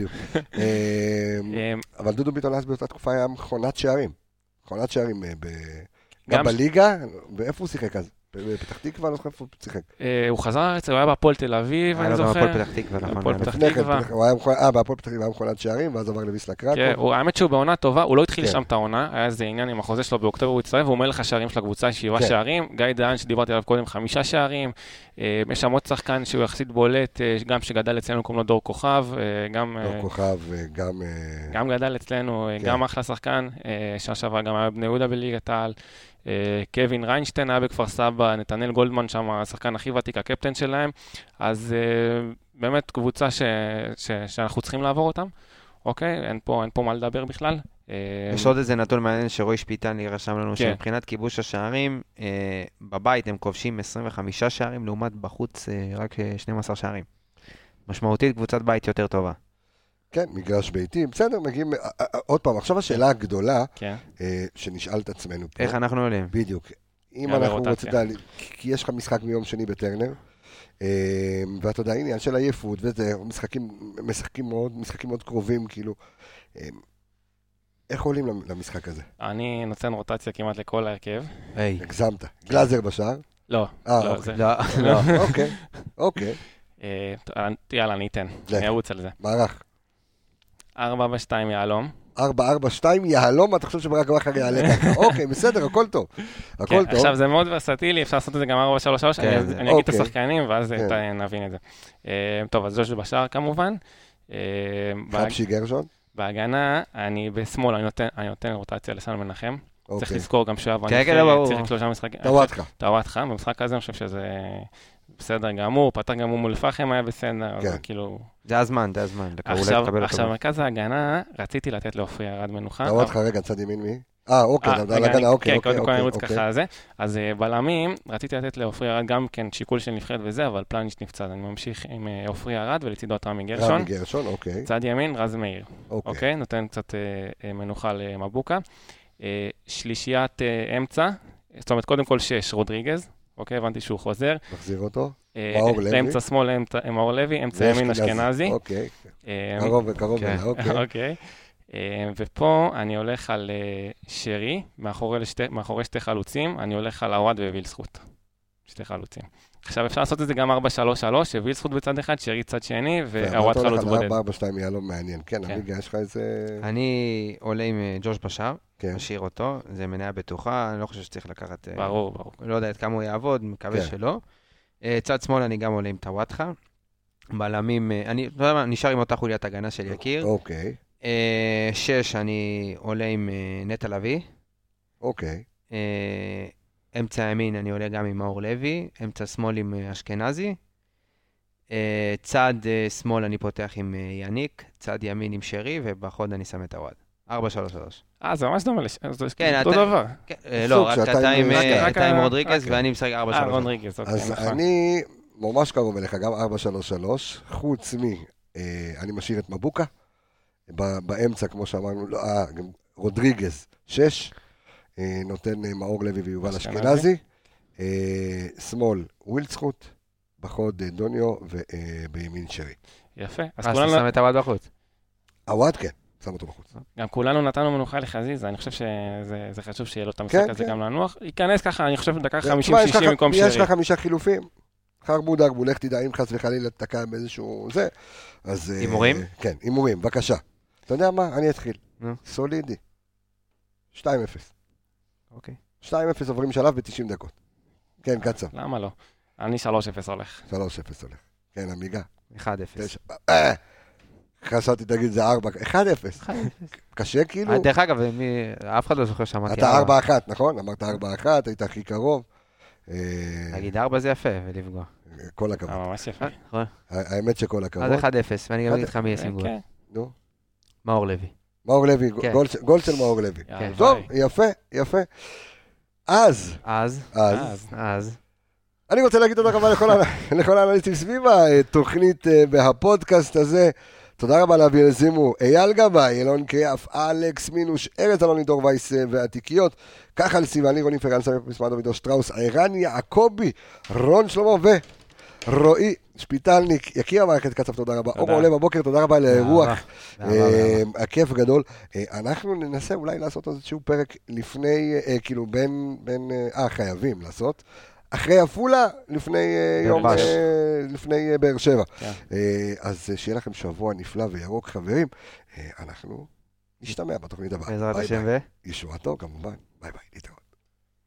אבל דודו ביטון אז באותה תקופה היה מכונת שערים. מכונת שערים גם בליגה, ואיפה הוא שיחק אז? בפתח תקווה, לא זוכר איפה הוא שיחק. הוא חזר ארץ, הוא היה בהפועל תל אביב, אני זוכר. בהפועל פתח תקווה, נכון. בהפועל פתח תקווה. אה, בהפועל פתח תקווה היה מכונת שערים, ואז עבר לוויסלה קרקוב. כן, האמת שהוא בעונה טובה, הוא לא התחיל שם את העונה, היה איזה עניין עם החוזה שלו באוקטובר, הוא הצטרף, והוא מלך השערים של הקבוצה, שבעה שערים, גיא דהן שדיברתי עליו קודם, חמישה שערים, יש שם עוד שחקן שהוא יחסית בולט, גם שגדל אצלנו, קוראים לו דור כוכב, גם... דור כוכב, גם... גם גדל אצלנו, גם אחלה שחקן, שעכשיו גם היה בני יהודה בליגת העל. קווין ריינשטיין היה בכפר סבא, נתנאל גולדמן שם, השחקן הכי ותיק, הקפטן שלהם, אז באמת קבוצה שאנחנו צריכים לעבור אותם, אוקיי? אין פה, אין פה מה לדבר בכלל. יש עוד איזה נתון מעניין שרועי שפיטן ירשם לנו שמבחינת כיבוש השערים, בבית הם כובשים עשרים וחמישה שערים, לעומת בחוץ רק שנים עשר שערים. משמעותית, קבוצת בית יותר טובה. כן, מגרש ביתי, בסדר, מגיעים, עוד פעם, עכשיו השאלה הגדולה, שנשאל את עצמנו פה. איך אנחנו עולים? בדיוק. אם אנחנו רוצים, כי יש לך משחק מיום שני בטרנר, ואתה יודע, עניין של עייפות, וזה, משחקים מאוד, משחקים מאוד קרובים, כאילו, איך עולים למשחק הזה? אני נותן רוטציה כמעט לכל ההרכב. הגזמת. גלאזר בשער? לא. אה, לא. אוקיי, אוקיי. יאללה, אני אתן, אני ארוץ על זה. מערך. ארבע בשתיים יהלום. ארבע ארבע שתיים יהלום, אתה חושב שברק בכר יעלה ככה. אוקיי, בסדר, הכל טוב. הכל טוב. עכשיו זה מאוד ורסטילי, אפשר לעשות את זה גם ארבע שלוש שלוש, אני אגיד את השחקנים ואז נבין את זה. טוב, אז ז'וש בשער כמובן. חבשי גרשון? בהגנה, אני בשמאל, אני נותן רוטציה לסן מנחם. צריך לזכור גם שהוא כן, כן, לא ברור. צריך שלושה משחקים. טוואטחה. טוואטחה, במשחק הזה אני חושב שזה בסדר גמור, פתח גם מול פחם היה בסדר, אז כאילו... זה הזמן, זה הזמן. עכשיו, מרכז ההגנה, רציתי לתת לעופרי ארד מנוחה. טוואטחה, רגע, צד ימין מי? אה, אוקיי, על הגנה, אוקיי, כן, קודם כל אני רוץ ככה על זה. אז בלמים, רציתי לתת לעופרי ארד גם כן שיקול של נבחרת וזה, אבל פלניץ' נפצע, אני ממשיך עם עופרי ארד ולצידו את רמי גרשון. רמי גרשון, אוקיי. צד ימין, רז מאיר. אוקיי, נותן קצת מנוחה למבוקה. שלישיית אמצע, זאת אומרת, קודם כל שש, רודריגז. אוקיי, הבנתי שהוא חוזר. מחזיר אותו. מאור לוי. לאמצע שמאל, מאור לוי, אמצע ימין אשכנזי. אוקיי. קרוב וקרוב אליי, אוקיי. אוקיי. ופה אני הולך על שרי, מאחורי שתי חלוצים, אני הולך על עווד ווילסחוט. שתי חלוצים. עכשיו אפשר לעשות את זה גם ארבע שלוש שלוש, ווילסחוט בצד אחד, שרי צד שני, ועווד חלוץ בודד. ארבע ארבע שתיים יהיה לו מעניין. כן, אביגה, יש לך איזה... אני עולה עם ג'וש בשער, משאיר אותו, זה מניה בטוחה, אני לא חושב שצריך לקחת... ברור, ברור. לא יודע עד כמה הוא יעבוד, מקווה שלא. צד שמאל אני גם עולה עם טוואטחה. בלמים, אני לא יודע מה, נשאר עם אותה חוליית הגנה של יקיר. אוקיי. שש, אני עולה עם נטע לביא. אוקיי. אמצע ימין אני עולה גם עם מאור לוי, אמצע שמאל עם אשכנזי. צד שמאל אני פותח עם יניק, צד ימין עם שרי, ובחוד אני שם את הוואד. ארבע שלוש שלוש. אה, זה ממש דומה לש... זה אותו דבר. לא, רק אתה עם רודריגז, ואני משחק ארבע שלוש שלוש. אה, רודריגז, אוקיי. אז אני ממש קרוב אליך, גם ארבע שלוש שלוש, חוץ מי, אני משאיר את מבוקה, באמצע, כמו שאמרנו, לא, אה, גם רודריגז, שש, נותן מאור לוי ויובל אשכנזי, שמאל ווילצחוט, בחוד דוניו ובימין שרי. יפה. אז אתה שם את הוואד בחוץ. הוואד כן, שם אותו בחוץ. גם כולנו נתנו מנוחה לחזיזה, אני חושב שזה חשוב שיהיה לו את המשחק הזה גם לנוח. ייכנס ככה, אני חושב דקה חמישים שישים במקום שרי. יש לך חמישה חילופים, חרבו דגבו, לך תדע, אם חס וחלילה תקע באיזשהו זה, אז... הימורים? כן, הימורים, בבקשה. אתה יודע מה? אני אתחיל. סולידי. שתיים אפס. אוקיי. שתיים אפס עוברים שלב ב-תשעים דקות. כן, קצר. למה לא? אני שלוש אפס הולך. שלוש אפס הולך. כן, עמיגה. אחד אפס. חשבתי, תגיד, זה ארבע, אחד אפס. קשה כאילו? דרך אגב, אף אחד לא זוכר שאמרתי אתה ארבע אחת, נכון? אמרת ארבע אחת, היית הכי קרוב. להגיד ארבע זה יפה, ולפגוע. כל הכבוד. ממש יפה. האמת שכל הכבוד. אז אחד אפס, ואני גם אגיד לך מי ישים גול. נו. מאור לוי. מאור לוי, גול של מאור לוי. טוב, יפה, יפה. אז. אז. אז. אז. אני רוצה להגיד תודה רבה לכל האנליסטים סביב התוכנית והפודקאסט הזה. תודה רבה לאביר זימו, אייל גבאי, אלון קריאף, אלכס מינוש, ארז אלוני, דור וייס ועתיקיות, ככה לסיוון לירוני, פרגן סמי פסמד דודו שטראוס, ערן יעקבי, רון שלמה ורועי שפיטלניק, יקיר המערכת קצף, תודה רבה. אור עולה בבוקר, תודה רבה לאירוח, הכיף גדול. אנחנו ננסה אולי לעשות איזשהו פרק לפני, כאילו בין, בין, אה, חייבים לעשות. אחרי אפולה, לפני יום, לפני באר שבע. אז שיהיה לכם שבוע נפלא וירוק, חברים. אנחנו נשתמע בתוכנית הבאה. בעזרת השם ו... ישועתו, כמובן. ביי ביי, להתראות.